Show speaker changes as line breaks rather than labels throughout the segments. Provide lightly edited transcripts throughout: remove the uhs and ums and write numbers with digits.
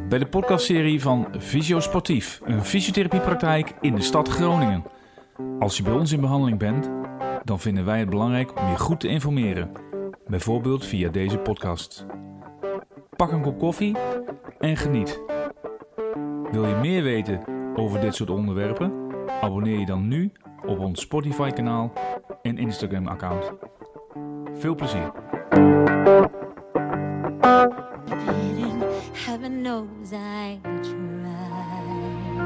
bij de podcastserie van Fysio Sportief, een fysiotherapiepraktijk in de stad Groningen. Als je bij ons in behandeling bent, dan vinden wij het belangrijk om je goed te informeren, bijvoorbeeld via deze podcast. Pak een kop koffie en geniet. Wil je meer weten over dit soort onderwerpen? Abonneer je dan nu op ons Spotify-kanaal en Instagram-account. Veel plezier.
Heaven knows I tried.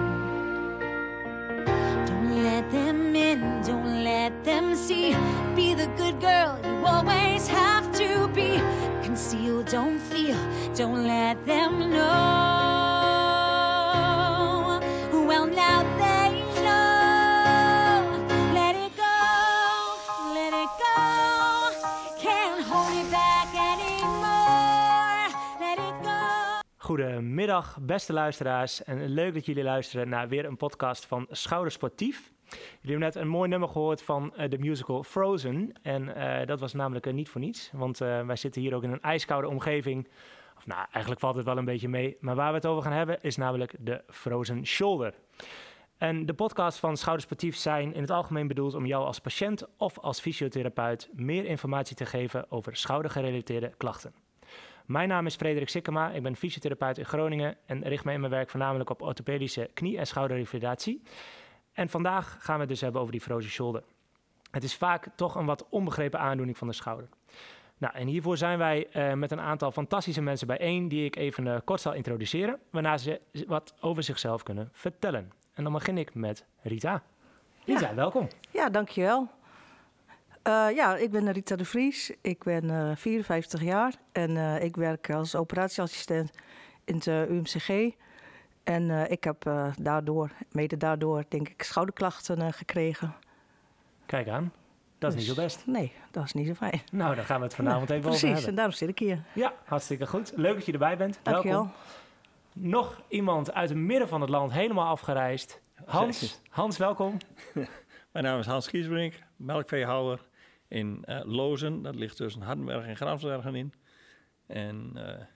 Don't let them in, don't let them see. Be the good girl you always have to be. Conceal, don't feel, don't let them know. Well, now they know. Let it go. Can't hold it back anymore. Let it go.
Goedemiddag, beste luisteraars. En leuk dat jullie luisteren naar weer een podcast van Schouder Sportief. Jullie hebben net een mooi nummer gehoord van de musical Frozen. En dat was namelijk niet voor niets. Want wij zitten hier ook in een ijskoude omgeving. Of nou, eigenlijk valt het wel een beetje mee. Maar waar we het over gaan hebben is namelijk de Frozen Shoulder. En de podcasts van Schouder Sportief zijn in het algemeen bedoeld om jou als patiënt of als fysiotherapeut meer informatie te geven over schoudergerelateerde klachten. Mijn naam is Frederik Sikkema, ik ben fysiotherapeut in Groningen en richt me in mijn werk voornamelijk op orthopedische knie- en schouderrevalidatie. En vandaag gaan we het dus hebben over die frozen shoulder. Het is vaak toch een wat onbegrepen aandoening van de schouder. Nou, en hiervoor zijn wij met een aantal fantastische mensen bijeen die ik even kort zal introduceren, waarna ze wat over zichzelf kunnen vertellen. En dan begin ik met Rita. Rita, welkom.
Ja, dankjewel. Ik ben Rita de Vries. Ik ben 54 jaar en ik werk als operatieassistent in het UMCG. En ik heb mede daardoor, denk ik, schouderklachten gekregen.
Kijk aan. Dat is niet zo best.
Nee, dat is niet zo fijn.
Nou, daar gaan we het vanavond even over hebben.
Precies, en daarom zit ik hier.
Ja, hartstikke goed. Leuk dat je erbij bent.
Dankjewel.
Welkom. Nog iemand uit het midden van het land, helemaal afgereisd. Hans, welkom.
Mijn naam is Hans Kiesbrink, melkveehouder in Lozen. Dat ligt tussen Hardenberg en Gramsbergen in. En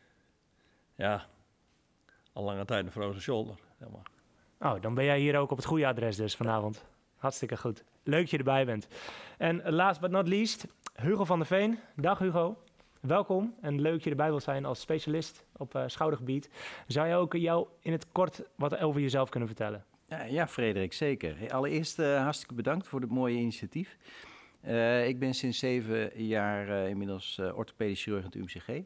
al lange tijd een frozen shoulder. Zeg maar.
Oh, dan ben jij hier ook op het goede adres dus vanavond. Hartstikke goed. Leuk dat je erbij bent. En last but not least, Hugo van der Veen. Dag Hugo. Welkom en leuk dat je erbij wilt zijn als specialist op schoudergebied. Zou je ook jou in het kort wat over jezelf kunnen vertellen?
Ja, Frederik, zeker. Allereerst hartstikke bedankt voor het mooie initiatief. Ik ben sinds 7 jaar inmiddels orthopedisch chirurg in het UMCG.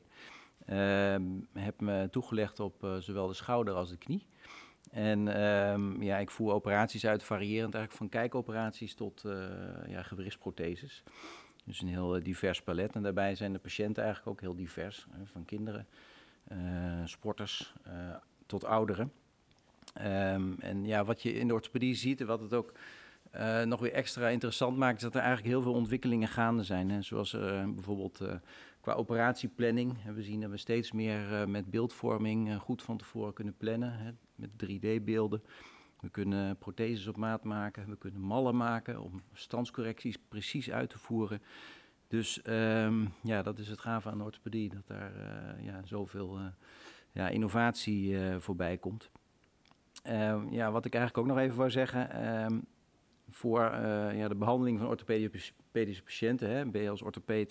Heb me toegelegd op zowel de schouder als de knie. En ik voer operaties uit, variërend eigenlijk van kijkoperaties tot gewrichtsprotheses. Dus een heel divers palet. En daarbij zijn de patiënten eigenlijk ook heel divers. Van kinderen, sporters tot ouderen. Wat je in de orthopedie ziet en wat het ook nog weer extra interessant maakt, is dat er eigenlijk heel veel ontwikkelingen gaande zijn. Hè. Zoals bijvoorbeeld qua operatieplanning. We zien dat we steeds meer met beeldvorming goed van tevoren kunnen plannen. Hè, met 3D-beelden. We kunnen protheses op maat maken. We kunnen mallen maken om standscorrecties precies uit te voeren. Dus dat is het gave aan de orthopedie. Dat daar zoveel innovatie voorbij komt. Wat ik eigenlijk ook nog even wou zeggen, voor de behandeling van orthopedische patiënten, ben je als orthopeed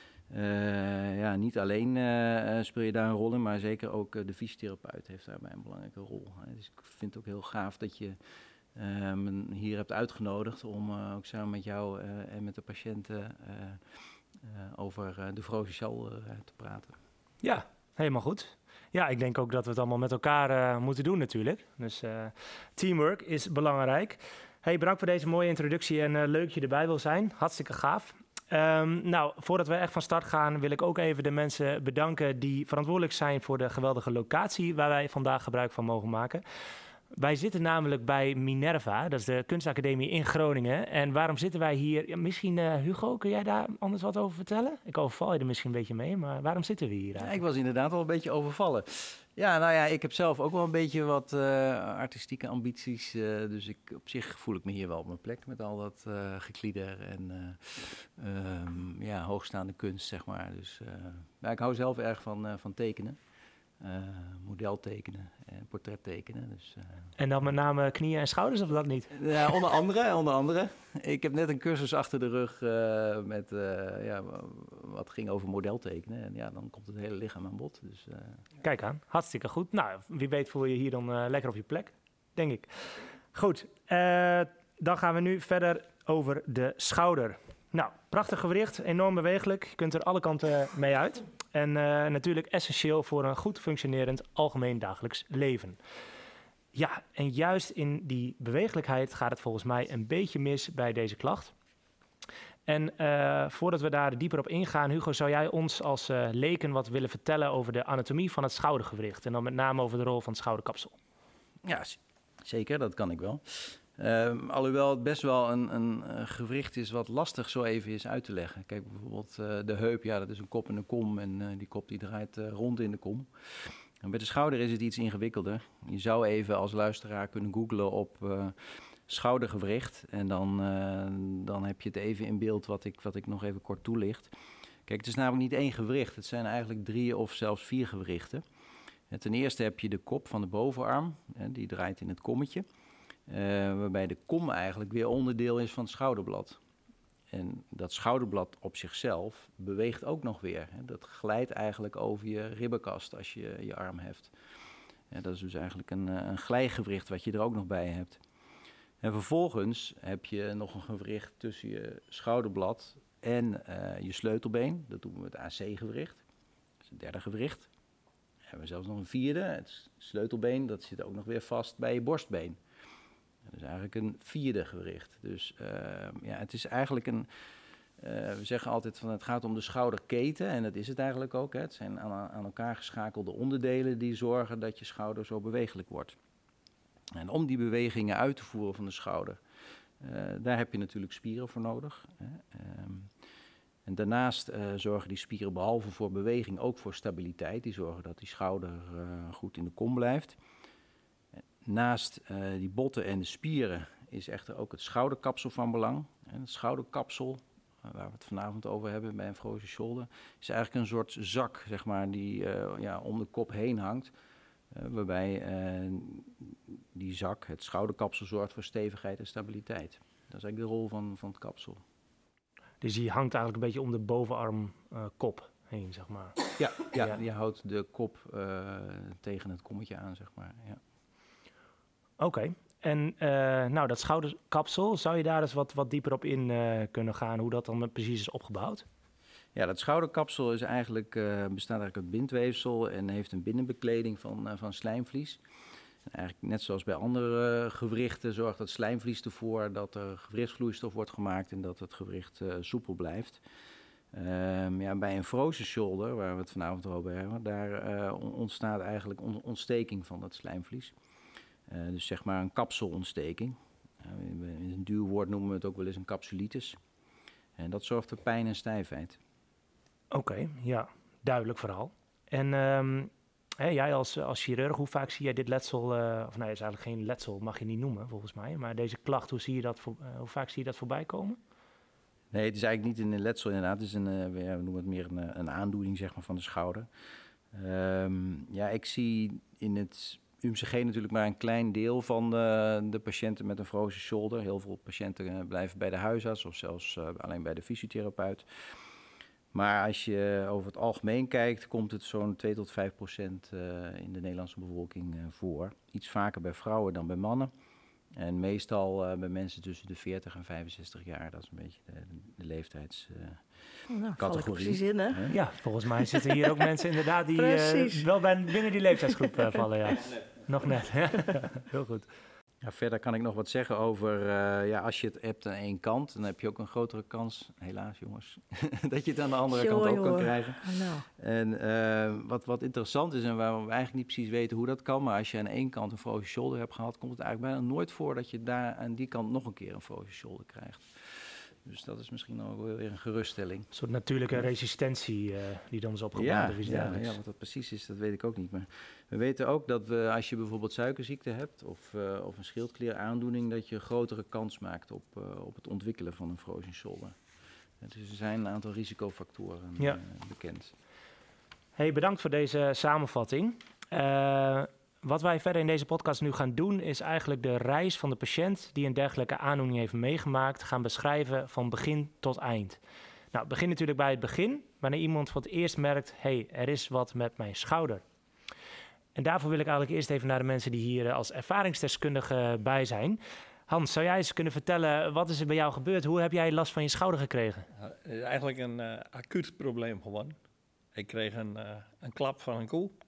niet alleen speel je daar een rol in, maar zeker ook de fysiotherapeut heeft daarbij een belangrijke rol. Dus ik vind het ook heel gaaf dat je me hier hebt uitgenodigd om ook samen met jou en met de patiënten over de frozen shoulder te praten.
Ja, helemaal goed. Ja, ik denk ook dat we het allemaal met elkaar moeten doen natuurlijk. Dus teamwork is belangrijk. Hey, bedankt voor deze mooie introductie en leuk dat je erbij wil zijn. Hartstikke gaaf. Voordat we echt van start gaan, wil ik ook even de mensen bedanken die verantwoordelijk zijn voor de geweldige locatie waar wij vandaag gebruik van mogen maken. Wij zitten namelijk bij Minerva, dat is de kunstacademie in Groningen. En waarom zitten wij hier? Ja, misschien, Hugo, kun jij daar anders wat over vertellen? Ik overval je er misschien een beetje mee, maar waarom zitten we hier eigenlijk?
Ja, ik was inderdaad wel een beetje overvallen. Ja, ik heb zelf ook wel een beetje wat artistieke ambities. Dus op zich voel ik me hier wel op mijn plek met al dat geklieder en hoogstaande kunst, zeg maar. Dus ik hou zelf erg van tekenen. model tekenen en portret tekenen. Dus,
En dan met name knieën en schouders of dat niet?
ja, onder andere. Ik heb net een cursus achter de rug met wat ging over model tekenen. En ja, dan komt het hele lichaam aan bod. Dus,
Kijk aan, hartstikke goed. Nou, wie weet voel je hier dan lekker op je plek, denk ik. Goed, dan gaan we nu verder over de schouder. Nou, prachtig gewricht, enorm bewegelijk. Je kunt er alle kanten mee uit. En natuurlijk essentieel voor een goed functionerend algemeen dagelijks leven. Ja, en juist in die bewegelijkheid gaat het volgens mij een beetje mis bij deze klacht. En voordat we daar dieper op ingaan, Hugo, zou jij ons als leken wat willen vertellen over de anatomie van het schoudergewricht? En dan met name over de rol van het schouderkapsel.
Ja, zeker, dat kan ik wel. Alhoewel het best wel een gewricht is wat lastig zo even is uit te leggen. Kijk, bijvoorbeeld de heup, ja, dat is een kop en een kom en die kop die draait rond in de kom. En bij de schouder is het iets ingewikkelder. Je zou even als luisteraar kunnen googlen op schoudergewricht en dan heb je het even in beeld wat ik nog even kort toelicht. Kijk, het is namelijk niet één gewricht, het zijn eigenlijk 3 of zelfs 4 gewrichten. En ten eerste heb je de kop van de bovenarm, die draait in het kommetje. Waarbij de kom eigenlijk weer onderdeel is van het schouderblad. En dat schouderblad op zichzelf beweegt ook nog weer. Hè. Dat glijdt eigenlijk over je ribbenkast als je je arm heft. Ja, dat is dus eigenlijk een glijgewricht wat je er ook nog bij hebt. En vervolgens heb je nog een gewricht tussen je schouderblad en je sleutelbeen. Dat doen we met het AC-gewricht. Dat is het 3e gewricht. Dan hebben we zelfs nog een 4e, het sleutelbeen. Dat zit ook nog weer vast bij je borstbeen. Dat is eigenlijk een 4e gewricht. Dus het is eigenlijk we zeggen altijd van het gaat om de schouderketen. En dat is het eigenlijk ook. Hè. Het zijn aan elkaar geschakelde onderdelen die zorgen dat je schouder zo bewegelijk wordt. En om die bewegingen uit te voeren van de schouder, daar heb je natuurlijk spieren voor nodig. Hè. En daarnaast zorgen die spieren behalve voor beweging ook voor stabiliteit. Die zorgen dat die schouder goed in de kom blijft. Naast die botten en de spieren is echter ook het schouderkapsel van belang. En het schouderkapsel, waar we het vanavond over hebben bij een frozen shoulder, is eigenlijk een soort zak, zeg maar, die om de kop heen hangt. Waarbij die zak, het schouderkapsel, zorgt voor stevigheid en stabiliteit. Dat is eigenlijk de rol van het kapsel.
Dus die hangt eigenlijk een beetje om de bovenarmkop heen, zeg maar.
Ja, die houdt de kop tegen het kommetje aan, zeg maar. Ja.
Oké. En dat schouderkapsel, zou je daar eens wat dieper op in kunnen gaan, hoe dat dan precies is opgebouwd?
Ja, dat schouderkapsel is bestaat eigenlijk uit bindweefsel en heeft een binnenbekleding van slijmvlies. En eigenlijk net zoals bij andere gewrichten zorgt dat slijmvlies ervoor dat er gewrichtsvloeistof wordt gemaakt en dat het gewricht soepel blijft. Bij een frozen shoulder, waar we het vanavond over hebben, daar ontstaat eigenlijk ontsteking van dat slijmvlies. Dus zeg maar een kapselontsteking. In een duur woord noemen we het ook wel eens een capsulitis. En dat zorgt voor pijn en stijfheid.
Oké, ja, duidelijk verhaal. En jij als chirurg, hoe vaak zie jij dit letsel, het is eigenlijk geen letsel, mag je niet noemen volgens mij, maar deze klacht, hoe vaak zie je dat voorbij komen?
Nee, het is eigenlijk niet een letsel inderdaad, het is we noemen het meer een aandoening, zeg maar, van de schouder. Ik zie in het UMCG natuurlijk maar een klein deel van de patiënten met een frozen shoulder. Heel veel patiënten blijven bij de huisarts of zelfs alleen bij de fysiotherapeut. Maar als je over het algemeen kijkt, komt het zo'n 2 tot 5% in de Nederlandse bevolking voor. Iets vaker bij vrouwen dan bij mannen. En meestal bij mensen tussen de 40 en 65 jaar. Dat is een beetje de leeftijdscategorie.
Precies in, hè?
Ja, volgens mij zitten hier ook mensen inderdaad die wel binnen die leeftijdsgroep vallen. Ja. Nog net. Heel goed.
Ja, verder kan ik nog wat zeggen over, als je het hebt aan één kant, dan heb je ook een grotere kans, helaas jongens, dat je het aan de andere kant ook kan krijgen.
Nou.
En wat interessant is en waar we eigenlijk niet precies weten hoe dat kan, maar als je aan één kant een frozen shoulder hebt gehad, komt het eigenlijk bijna nooit voor dat je daar aan die kant nog een keer een frozen shoulder krijgt. Dus dat is misschien ook weer een geruststelling. Een
soort natuurlijke resistentie die dan is opgebouwd.
Ja, wat dat precies is, dat weet ik ook niet. Maar we weten ook dat als je bijvoorbeeld suikerziekte hebt of een schildklieraandoening, dat je een grotere kans maakt op het ontwikkelen van een frozen shoulder. Dus er zijn een aantal risicofactoren bekend.
Hey, bedankt voor deze samenvatting. Wat wij verder in deze podcast nu gaan doen, is eigenlijk de reis van de patiënt die een dergelijke aandoening heeft meegemaakt, gaan beschrijven van begin tot eind. Nou, het begint natuurlijk bij het begin, wanneer iemand voor het eerst merkt, hey, er is wat met mijn schouder. En daarvoor wil ik eigenlijk eerst even naar de mensen die hier als ervaringsdeskundige bij zijn. Hans, zou jij eens kunnen vertellen, wat is er bij jou gebeurd? Hoe heb jij last van je schouder gekregen?
Eigenlijk een acuut probleem gewoon. Ik kreeg een klap van een koe.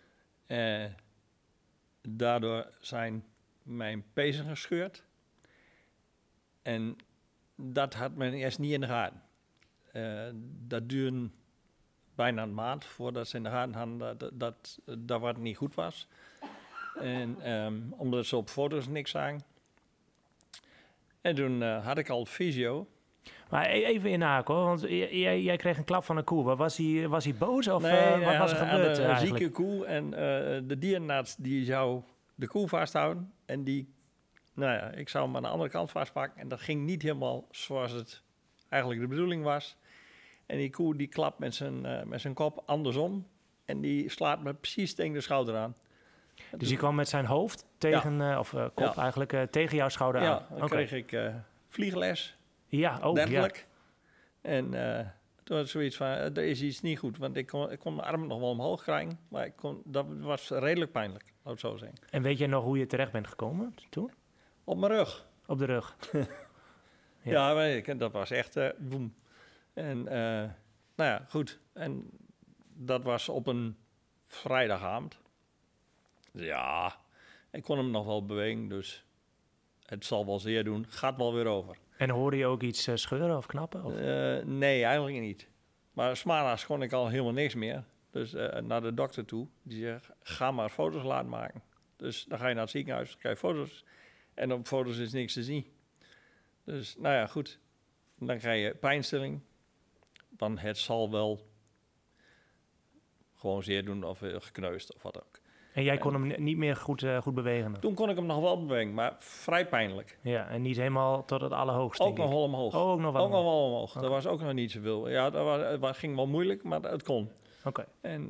Daardoor zijn mijn pezen gescheurd. En dat had men eerst niet in de gaten. Dat duurde bijna een maand voordat ze in de gaten hadden dat wat niet goed was. En omdat ze op foto's niks zagen. En toen had ik al fysio.
Maar even inhaken hoor, want jij kreeg een klap van een koe. Was hij boos of
Nee,
wat was er gebeurd
een
eigenlijk?
zieke koe en de dierenarts die zou de koe vasthouden. En ik zou hem aan de andere kant vastpakken. En dat ging niet helemaal zoals het eigenlijk de bedoeling was. En die koe die klapt met zijn kop andersom. En die slaat me precies tegen de schouder aan.
Dus die kwam met zijn hoofd tegen, kop eigenlijk, tegen jouw schouder aan?
Ja, dan kreeg ik vliegles.
Ja, ook.
Letterlijk. Ja. En toen had ik zoiets van, er is iets niet goed. Want ik kon mijn arm nog wel omhoog krijgen. Maar dat was redelijk pijnlijk, laat ik zo zeggen.
En weet jij nog hoe je terecht bent gekomen toen?
Op mijn rug.
Op de rug?
Ja, dat was echt boem. En goed. En dat was op een vrijdagavond. Ja, ik kon hem nog wel bewegen, dus het zal wel zeer doen. Gaat wel weer over.
En hoorde je ook iets scheuren of knappen? Of?
Nee, eigenlijk niet. Maar 's maandags kon ik al helemaal niks meer. Dus naar de dokter toe. Die zegt, ga maar foto's laten maken. Dus dan ga je naar het ziekenhuis, dan krijg je foto's. En op foto's is niks te zien. Dus goed. Dan krijg je pijnstilling. Want het zal wel gewoon zeer doen of gekneusd of wat ook.
En jij kon hem niet meer goed bewegen?
Toen kon ik hem nog wel bewegen, maar vrij pijnlijk.
Ja, en niet helemaal tot het allerhoogste.
Ook nog wel omhoog.
Ook nog wel
omhoog.
Okay.
Dat was ook nog niet zoveel. Ja, dat ging wel moeilijk, maar het kon.
Oké.
En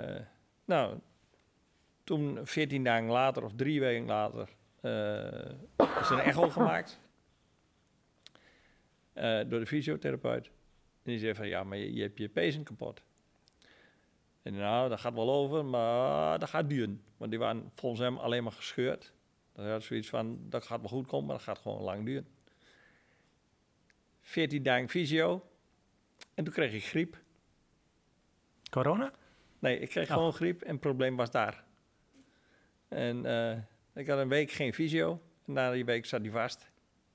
toen 14 dagen later of 3 weken later is er een echo gemaakt. Door de fysiotherapeut. En die zei van, ja, maar je hebt je pezen kapot. En dat gaat wel over, maar dat gaat duren. Want die waren volgens hem alleen maar gescheurd. Dat had zoiets van, dat gaat wel goed komen, maar dat gaat gewoon lang duren. 14 dagen fysio. En toen kreeg ik griep.
Corona?
Nee, ik kreeg gewoon griep en het probleem was daar. En ik had een week geen fysio. En na die week zat hij vast.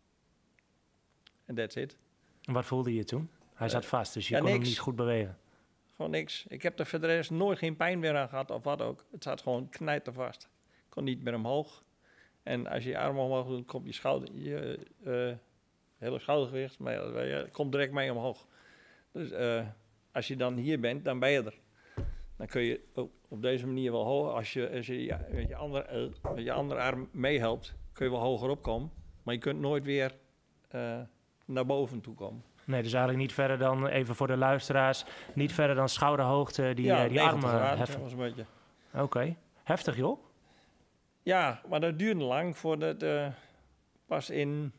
En that's it.
En wat voelde je toen? Hij zat vast, dus je kon
niks.
hem niet goed bewegen.
Gewoon niks. Ik heb er verder nooit geen pijn meer aan gehad of wat ook. Het zat gewoon knijtervast. Ik kon niet meer omhoog. En als je je arm omhoog doet, komt je schouder, je hele schoudergewicht, maar je komt direct mee omhoog. Dus als je dan hier bent, dan ben je er. Dan kun je op deze manier wel hoog. Als je met je andere arm meehelpt, kun je wel hoger opkomen. Maar je kunt nooit weer naar boven toe komen.
Nee, dus eigenlijk niet verder dan, even voor de luisteraars, niet verder dan schouderhoogte die armen heffen.
Dat was een beetje.
Oké. Heftig joh.
Ja, maar dat duurde lang voordat pas in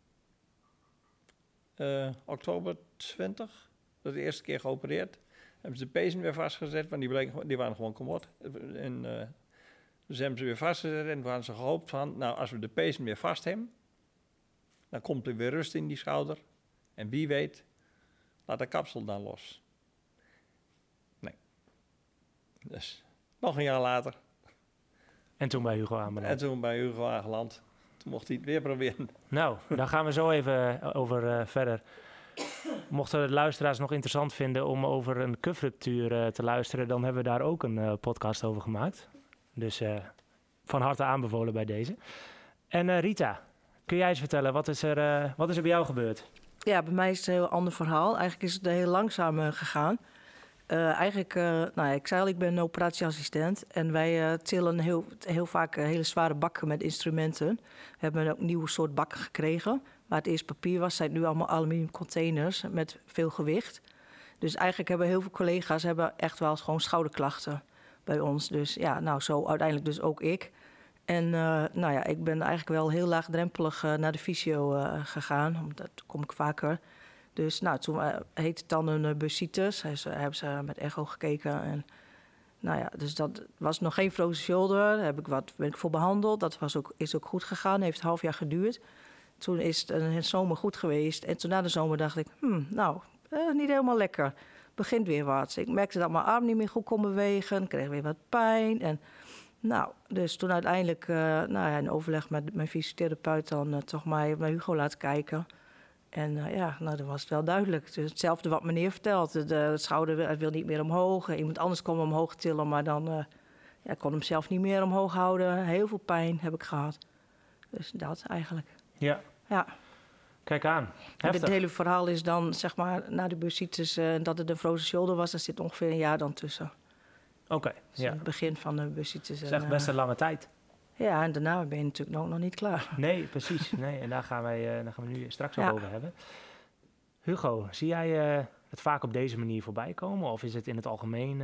oktober 20, dat is de eerste keer geopereerd, hebben ze de pezen weer vastgezet, want die waren gewoon kapot. En dus hebben ze weer vastgezet en toen hadden ze gehoopt van, nou, als we de pezen weer vast hebben, dan komt er weer rust in die schouder. En wie weet, laat de kapsel dan los. Nee. Dus nog een jaar later.
En toen bij Hugo aanbeland.
En toen bij Hugo aangeland. Toen mocht hij het weer proberen.
Nou, daar gaan we zo even over verder. Mochten de luisteraars nog interessant vinden om over een cuffruptuur te luisteren, dan hebben we daar ook een podcast over gemaakt. Dus van harte aanbevolen bij deze. En Rita, kun jij eens vertellen, wat is er bij jou gebeurd?
Ja, bij mij is het een heel ander verhaal. Eigenlijk is het heel langzaam gegaan. Ik zei al, ik ben een operatieassistent. En wij tillen heel vaak hele zware bakken met instrumenten. We hebben ook een nieuwe soort bakken gekregen. Waar het eerst papier was, zijn het nu allemaal aluminium containers met veel gewicht. Dus eigenlijk hebben heel veel collega's echt wel gewoon schouderklachten. bij ons. Dus ja, nou zo uiteindelijk dus ook ik. En nou ja, ik ben eigenlijk wel heel laagdrempelig naar de fysio gegaan. Omdat kom ik vaker. Dus nou, toen heette het dan een bursitis. Hebben ze met echo gekeken. En nou ja, dus dat was nog geen frozen shoulder. Daar ben ik voor behandeld. Dat is ook goed gegaan. Heeft een half jaar geduurd. Toen is het een zomer goed geweest. En toen na de zomer dacht ik, niet helemaal lekker. Begint weer wat. Ik merkte dat mijn arm niet meer goed kon bewegen. Ik kreeg weer wat pijn. En nou, dus toen uiteindelijk in overleg met mijn fysiotherapeut dan toch maar naar Hugo laten kijken. En dan was het wel duidelijk. Dus hetzelfde wat meneer vertelt. De schouder wil niet meer omhoog. Iemand anders kon hem omhoog tillen, maar dan kon hem zelf niet meer omhoog houden. Heel veel pijn heb ik gehad. Dus dat eigenlijk.
Ja. Kijk aan. Heftig.
Het hele verhaal is dan, zeg maar, na de bursitis dat het een frozen shoulder was. Daar zit ongeveer een jaar dan tussen.
Oké,
dus het begin van de bursitis.
Dat is echt best een lange tijd.
Ja, en daarna ben je natuurlijk nog niet klaar.
Nee, precies. Nee, en daar gaan we nu straks ook over hebben. Hugo, zie jij het vaak op deze manier voorbij komen? Of is het in het algemeen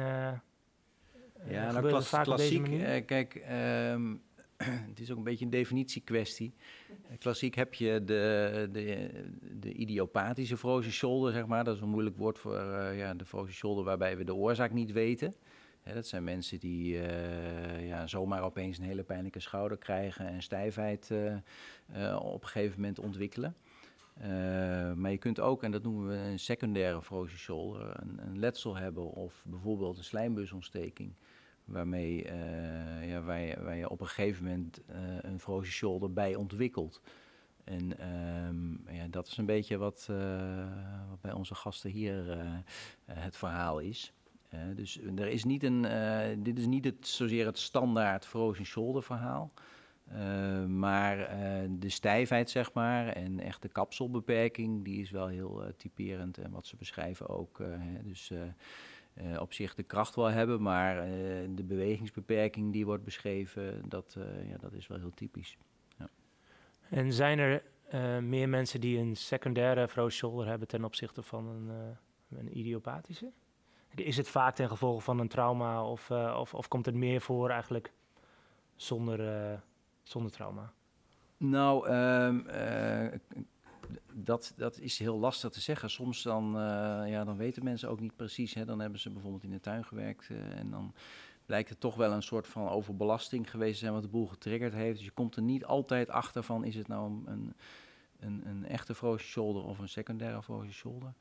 klassiek. Kijk, het is ook een beetje een definitiekwestie. Klassiek heb je de idiopathische frozen shoulder, zeg maar. Dat is een moeilijk woord voor de frozen shoulder waarbij we de oorzaak niet weten. Dat zijn mensen die zomaar opeens een hele pijnlijke schouder krijgen en stijfheid op een gegeven moment ontwikkelen. Maar je kunt ook, en dat noemen we een secundaire frozen shoulder, een letsel hebben of bijvoorbeeld een slijmbusontsteking. Waarmee waar je op een gegeven moment een frozen shoulder bij ontwikkelt. En dat is een beetje wat bij onze gasten hier het verhaal is. Dus er is niet dit is niet zozeer het standaard frozen shoulder verhaal. Maar de stijfheid, zeg maar, en echt de kapselbeperking, die is wel heel typerend. En wat ze beschrijven ook. Dus op zich de kracht wel hebben, maar de bewegingsbeperking die wordt beschreven, dat is wel heel typisch. Ja.
En zijn er meer mensen die een secundaire frozen shoulder hebben ten opzichte van een idiopathische? Is het vaak ten gevolge van een trauma of komt het meer voor eigenlijk zonder trauma?
Nou, dat is heel lastig te zeggen. Soms dan weten mensen ook niet precies. Hè. Dan hebben ze bijvoorbeeld in de tuin gewerkt en dan blijkt het toch wel een soort van overbelasting geweest te zijn wat de boel getriggerd heeft. Dus je komt er niet altijd achter van, is het nou een echte frozen shoulder of een secundaire frozen shoulder?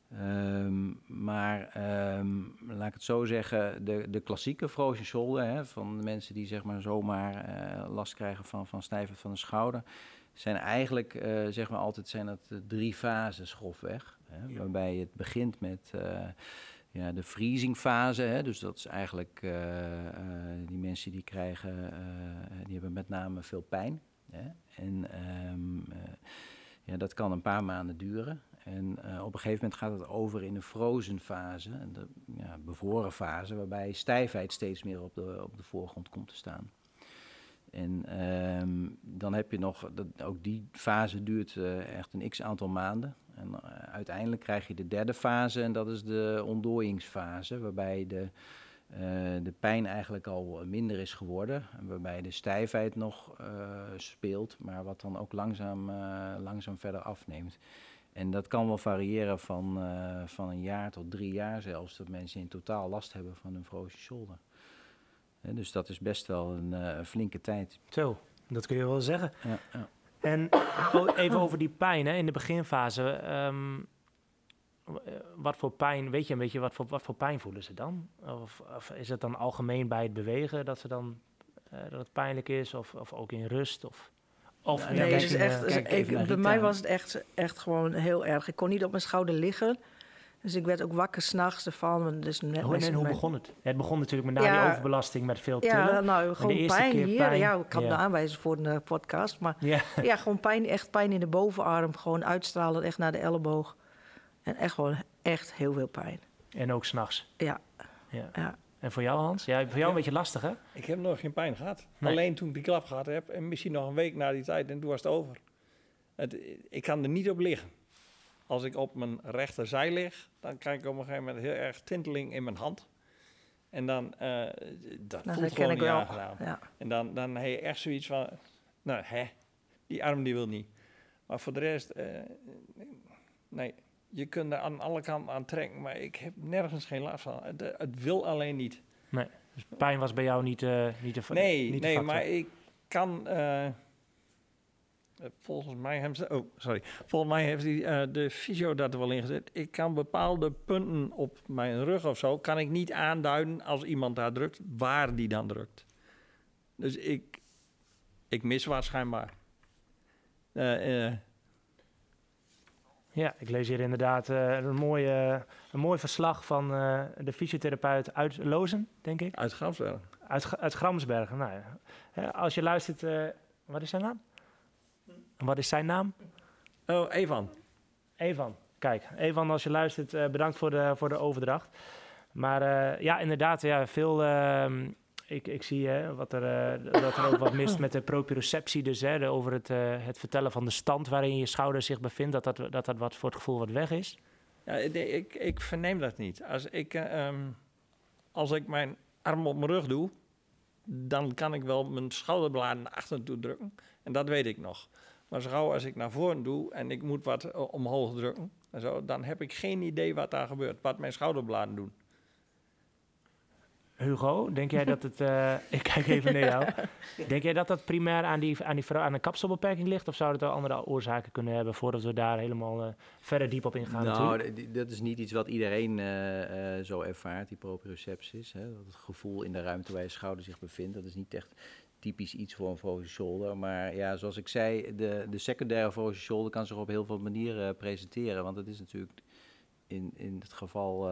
Laat ik het zo zeggen, de klassieke frozen shoulder, van de mensen die zeg maar zomaar last krijgen van stijfheid van de schouder, zijn eigenlijk zijn dat 3 fases grofweg. Ja. Waarbij het begint met de freezingfase. Dus dat is eigenlijk die mensen die die hebben met name veel pijn. En dat kan een paar maanden duren. En op een gegeven moment gaat het over in een frozen fase, de bevroren fase, waarbij stijfheid steeds meer op de voorgrond komt te staan. En dan heb je nog, ook die fase duurt echt een x-aantal maanden. En uiteindelijk krijg je de 3e fase en dat is de ontdooiingsfase, waarbij de pijn eigenlijk al minder is geworden. En waarbij de stijfheid nog speelt, maar wat dan ook langzaam verder afneemt. En dat kan wel variëren van een jaar tot 3 jaar zelfs, dat mensen in totaal last hebben van een frozen shoulder. Dus dat is best wel een flinke tijd.
Zo, dat kun je wel zeggen.
Ja.
En even over die pijn, hè, in de beginfase. Wat voor pijn, weet je een beetje wat voor pijn voelen ze dan? Of is het dan algemeen bij het bewegen dat ze dan dat het pijnlijk is? Of ook in rust?
Nee, het is echt. Bij mij was het echt gewoon heel erg. Ik kon niet op mijn schouder liggen. Dus ik werd ook wakker 's nachts ervan. Dus
hoe begon het? Het begon natuurlijk met die overbelasting met veel tillen.
Ja, nou, gewoon pijn hier.
Pijn.
Ja, ik had de aanwijzing voor een podcast. Maar gewoon pijn, echt pijn in de bovenarm. Gewoon uitstralen, echt naar de elleboog. En echt heel veel pijn.
En ook 's nachts.
Ja.
En voor jou, Hans? Ja, voor jou een beetje lastig, hè?
Ik heb nog geen pijn gehad.
Nee.
Alleen toen ik die klap gehad heb en misschien nog een week na die tijd en toen was het over. Ik kan er niet op liggen. Als ik op mijn rechterzij lig, dan krijg ik op een gegeven moment heel erg tinteling in mijn hand. En dan, dat
Dat
voelt
herken
gewoon
ik
niet
wel.
aangenaam.
Ja.
En dan heb je echt zoiets van, nou, die arm die wil niet. Maar voor de rest, nee, je kunt er aan alle kanten aan trekken, maar ik heb nergens geen last van. Het wil alleen niet.
Dus pijn was bij jou niet de
Nee,
factor.
maar ik kan, volgens mij heeft hij de fysio dat er wel ingezet. Ik kan bepaalde punten op mijn rug of zo, kan ik niet aanduiden als iemand daar drukt, waar die dan drukt. Dus ik mis waarschijnlijk.
Ja, ik lees hier inderdaad een mooi verslag van de fysiotherapeut uit Lozen, denk ik.
Uit Gramsberg.
Uit Gramsbergen. Nou, ja. Als je luistert, wat is zijn naam? Wat is zijn naam?
Oh, Evan.
Evan. Kijk, Evan, als je luistert, bedankt voor de overdracht. Maar ja, inderdaad, veel... Ik zie dat er ook wat mist met de proprioceptie. Dus over het vertellen van de stand waarin je schouder zich bevindt. Dat wat voor het gevoel wat weg is.
Ja, ik verneem dat niet. Als ik mijn arm op mijn rug doe, dan kan ik wel mijn schouderbladen naar achteren toe drukken. En dat weet ik nog. Maar zo gauw als ik naar voren doe en ik moet wat omhoog drukken, en zo, dan heb ik geen idee wat daar gebeurt. Wat mijn schouderbladen doen.
Hugo, denk jij dat het... ik kijk even naar jou. Denk jij dat primair aan een kapselbeperking ligt? Of zou het wel andere oorzaken kunnen hebben voordat we daar helemaal verder diep op ingaan?
Nou, dat is niet iets wat iedereen zo ervaart, die proprioceptie. Dat het gevoel in de ruimte waar je schouder zich bevindt, dat is niet echt typisch iets voor een frozen shoulder. Maar ja, zoals ik zei, de secundaire frozen shoulder kan zich op heel veel manieren presenteren. Want het is natuurlijk in het geval...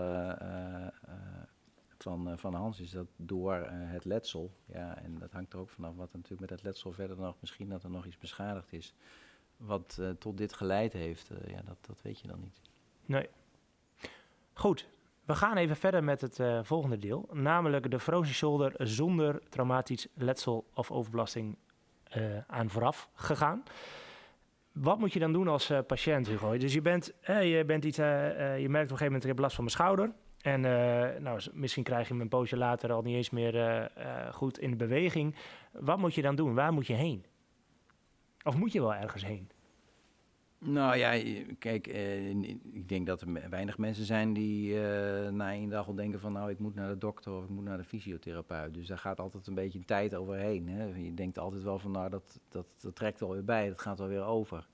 van Hans is dat door het letsel. Ja, en dat hangt er ook vanaf wat er natuurlijk met het letsel verder nog, misschien dat er nog iets beschadigd is. Wat tot dit geleid heeft, dat weet je dan niet.
Nee. Goed, we gaan even verder met het volgende deel. Namelijk de frozen shoulder zonder traumatisch letsel of overbelasting aan vooraf gegaan. Wat moet je dan doen als patiënt, Hugo? Dus je merkt op een gegeven moment, ik heb last van mijn schouder. En misschien krijg je hem een poosje later al niet eens meer goed in de beweging. Wat moet je dan doen? Waar moet je heen? Of moet je wel ergens heen?
Nou ja, kijk, ik denk dat er weinig mensen zijn die na één dag al denken van... nou, ik moet naar de dokter of ik moet naar de fysiotherapeut. Dus daar gaat altijd een beetje een tijd overheen. Hè? Je denkt altijd wel van, nou, dat trekt wel weer bij, dat gaat wel weer over.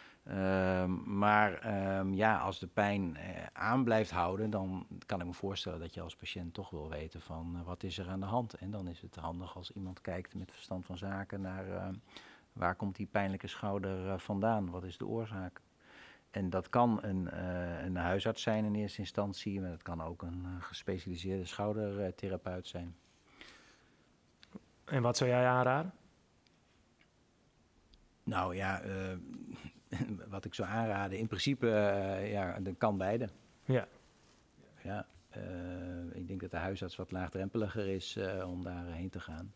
Maar als de pijn aan blijft houden, dan kan ik me voorstellen dat je als patiënt toch wil weten van wat is er aan de hand. En dan is het handig als iemand kijkt met verstand van zaken naar waar komt die pijnlijke schouder vandaan, wat is de oorzaak. En dat kan een huisarts zijn in eerste instantie, maar dat kan ook een gespecialiseerde schoudertherapeut zijn.
En wat zou jij aanraden?
Nou ja, wat ik zou aanraden, in principe, dat kan beide.
Ja.
Ja, ik denk dat de huisarts wat laagdrempeliger is om daarheen te gaan.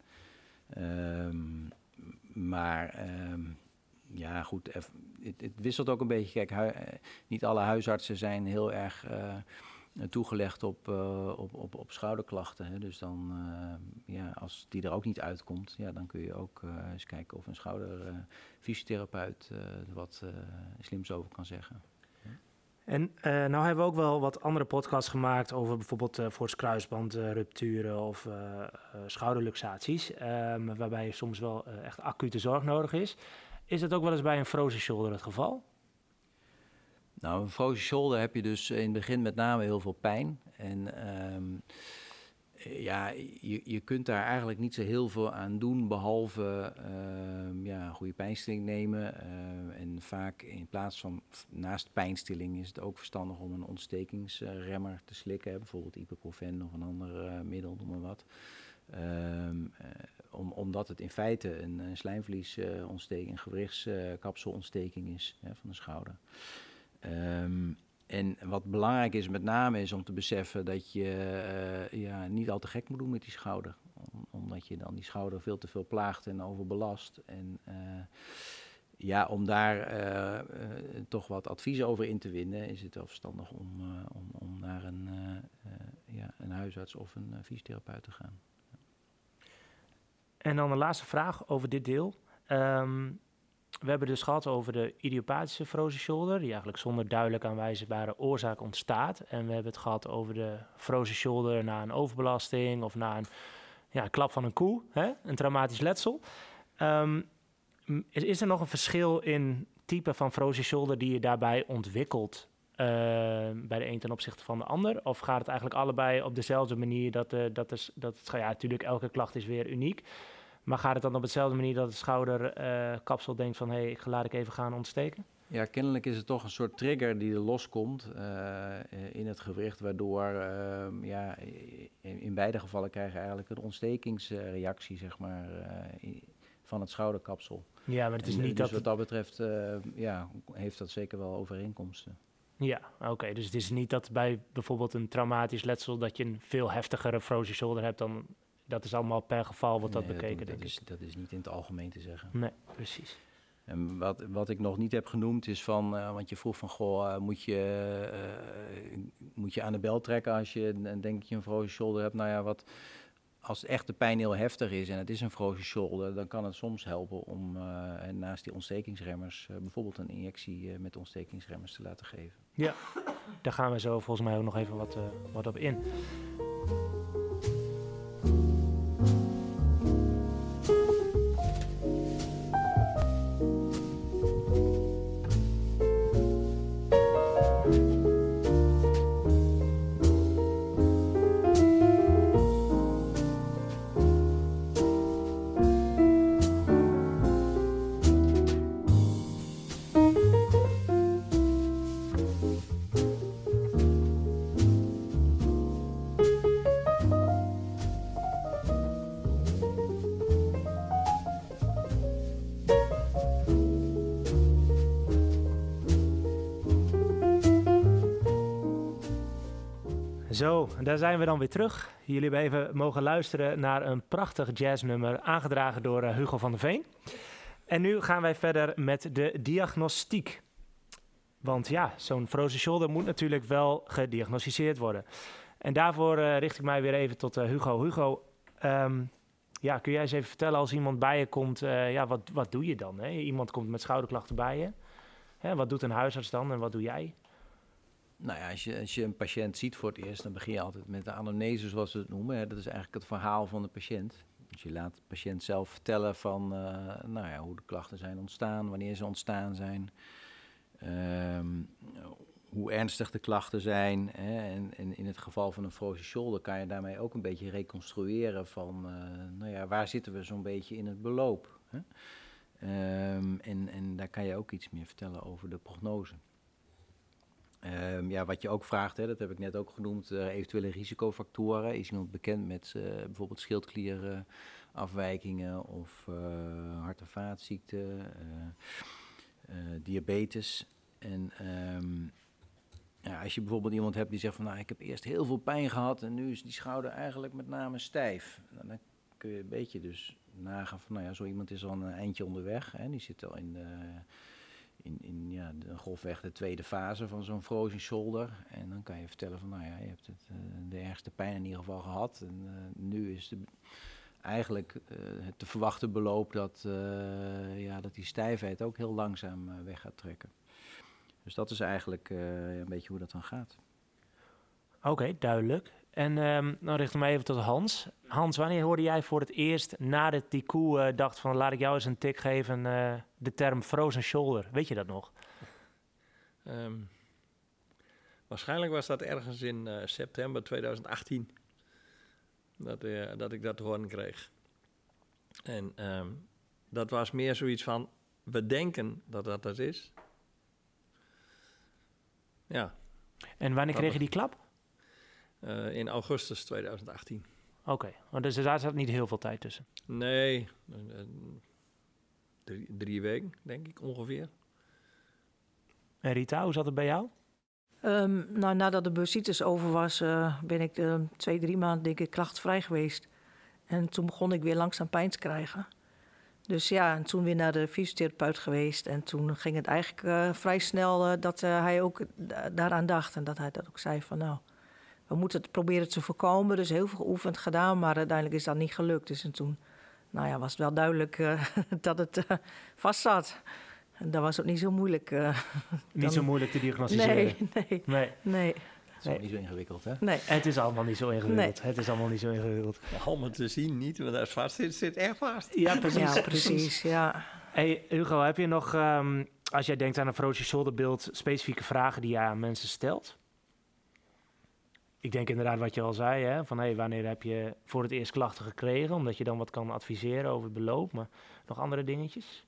Ja goed, het wisselt ook een beetje. Kijk, niet alle huisartsen zijn heel erg toegelegd op schouderklachten. Hè. Dus dan, als die er ook niet uitkomt, dan kun je ook eens kijken of een schouderfysiotherapeut wat slims over kan zeggen.
En nou hebben we ook wel wat andere podcasts gemaakt over bijvoorbeeld voortskruisbandrupturen of schouderluxaties, waarbij soms wel echt acute zorg nodig is. Is dat ook wel eens bij een frozen shoulder het geval?
Nou, een frozen shoulder heb je dus in het begin met name heel veel pijn. En je kunt daar eigenlijk niet zo heel veel aan doen, behalve goede pijnstilling nemen. En vaak in plaats van naast pijnstilling is het ook verstandig om een ontstekingsremmer te slikken. Bijvoorbeeld ibuprofen of een ander middel, noem maar wat. Omdat het in feite een slijmvliesontsteking, een gewrichtskapselontsteking is van de schouder. En wat belangrijk is met name is om te beseffen dat je niet al te gek moet doen met die schouder. Omdat je dan die schouder veel te veel plaagt en overbelast. En om daar toch wat advies over in te winnen, is het wel verstandig om naar een huisarts of een fysiotherapeut te gaan.
En dan de laatste vraag over dit deel. We hebben dus gehad over de idiopathische frozen shoulder, die eigenlijk zonder duidelijk aanwijzbare oorzaak ontstaat. En we hebben het gehad over de frozen shoulder na een overbelasting of na een klap van een koe, hè? Een traumatisch letsel. Is er nog een verschil in type van frozen shoulder die je daarbij ontwikkelt bij de een ten opzichte van de ander? Of gaat het eigenlijk allebei op dezelfde manier natuurlijk elke klacht is weer uniek. Maar gaat het dan op dezelfde manier dat het schouderkapsel denkt van laat ik even gaan ontsteken?
Ja, kennelijk is het toch een soort trigger die er loskomt in het gewricht, waardoor in beide gevallen krijgen eigenlijk een ontstekingsreactie, zeg maar, van het schouderkapsel.
Ja, maar het is niet
dus wat dat betreft heeft dat zeker wel overeenkomsten.
Ja, oké. Dus het is niet dat bij bijvoorbeeld een traumatisch letsel dat je een veel heftigere frozen shoulder hebt dan. Dat is allemaal per geval wordt dat bekeken, denk ik.
Dat is niet in het algemeen te zeggen.
Nee, precies.
En wat ik nog niet heb genoemd is van, want je vroeg van, moet je aan de bel trekken als je denkt dat je een frozen shoulder hebt? Nou ja, als echt de pijn heel heftig is en het is een frozen shoulder, dan kan het soms helpen om naast die ontstekingsremmers bijvoorbeeld een injectie met ontstekingsremmers te laten geven.
Ja, daar gaan we zo volgens mij ook nog even wat op in. Zo, daar zijn we dan weer terug. Jullie hebben even mogen luisteren naar een prachtig jazznummer aangedragen door Hugo van der Veen. En nu gaan wij verder met de diagnostiek. Want ja, zo'n frozen shoulder moet natuurlijk wel gediagnosticeerd worden. En daarvoor richt ik mij weer even tot Hugo. Hugo, kun jij eens even vertellen als iemand bij je komt, wat doe je dan? Hè? Iemand komt met schouderklachten bij je. Hè, wat doet een huisarts dan en wat doe jij?
Nou ja, als je een patiënt ziet voor het eerst, dan begin je altijd met de anamnese, zoals we het noemen. Hè. Dat is eigenlijk het verhaal van de patiënt. Dus je laat de patiënt zelf vertellen van hoe de klachten zijn ontstaan, wanneer ze ontstaan zijn, hoe ernstig de klachten zijn. Hè. En in het geval van een frozen shoulder kan je daarmee ook een beetje reconstrueren van, waar zitten we zo'n beetje in het beloop. Hè. En daar kan je ook iets meer vertellen over de prognose. Wat je ook vraagt, dat heb ik net ook genoemd, eventuele risicofactoren. Is iemand bekend met bijvoorbeeld schildklierafwijkingen of hart- en vaatziekten, diabetes. En als je bijvoorbeeld iemand hebt die zegt van, ik heb eerst heel veel pijn gehad en nu is die schouder eigenlijk met name stijf. Dan kun je een beetje dus nagaan van, zo iemand is al een eindje onderweg. Hè, die zit al in grofweg de tweede fase van zo'n frozen shoulder. En dan kan je vertellen van, je hebt de ergste pijn in ieder geval gehad. En nu is eigenlijk het te verwachten beloop dat die stijfheid ook heel langzaam weg gaat trekken. Dus dat is eigenlijk een beetje hoe dat dan gaat.
Oké, duidelijk. En dan richt ik me even tot Hans. Hans, wanneer hoorde jij voor het eerst nadat die koe dacht van laat ik jou eens een tik geven, de term frozen shoulder? Weet je dat nog?
Waarschijnlijk was dat ergens in september 2018 dat ik dat te horen kreeg. En dat was meer zoiets van, we denken dat dat is. Ja.
En wanneer kreeg je die klap?
In augustus 2018.
Oké, dus daar zat niet heel veel tijd tussen?
Nee, 3 weken denk ik ongeveer.
En Rita, hoe zat het bij jou?
Nadat de bursitis over was, ben ik 2-3 maanden denk ik klachtvrij geweest. En toen begon ik weer langzaam pijn te krijgen. Dus ja, en toen weer naar de fysiotherapeut geweest. En toen ging het eigenlijk vrij snel dat hij ook daaraan dacht. En dat hij dat ook zei van we moeten het proberen te voorkomen. Dus heel veel geoefend gedaan, maar uiteindelijk is dat niet gelukt. Dus en toen was het wel duidelijk dat het vast zat. En dat was ook niet zo moeilijk.
Niet zo moeilijk te diagnosticeren.
Nee.
Het is ook niet zo ingewikkeld, hè?
Nee.
Het is allemaal niet zo ingewikkeld. Het is allemaal niet zo ingewikkeld.
Allemaal te zien niet, want als het vast zit, zit echt vast.
Ja, precies.
Ja, precies, ja.
Hey, Hugo, heb je nog, als jij denkt aan een frozen shoulder beeld, specifieke vragen die je aan mensen stelt? Ik denk inderdaad wat je al zei, hè? Van wanneer heb je voor het eerst klachten gekregen, omdat je dan wat kan adviseren over het beloop, maar nog andere dingetjes?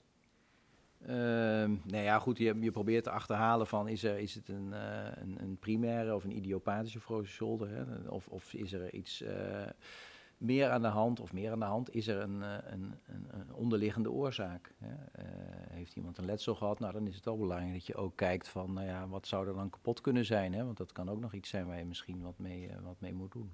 Goed, je probeert te achterhalen van is het een primaire of een idiopathische frozen shoulder, hè? Of is er iets meer aan de hand, is er een onderliggende oorzaak. Hè? Heeft iemand een letsel gehad? Nou, dan is het wel belangrijk dat je ook kijkt van, wat zou er dan kapot kunnen zijn? Hè? Want dat kan ook nog iets zijn waar je misschien wat mee moet doen.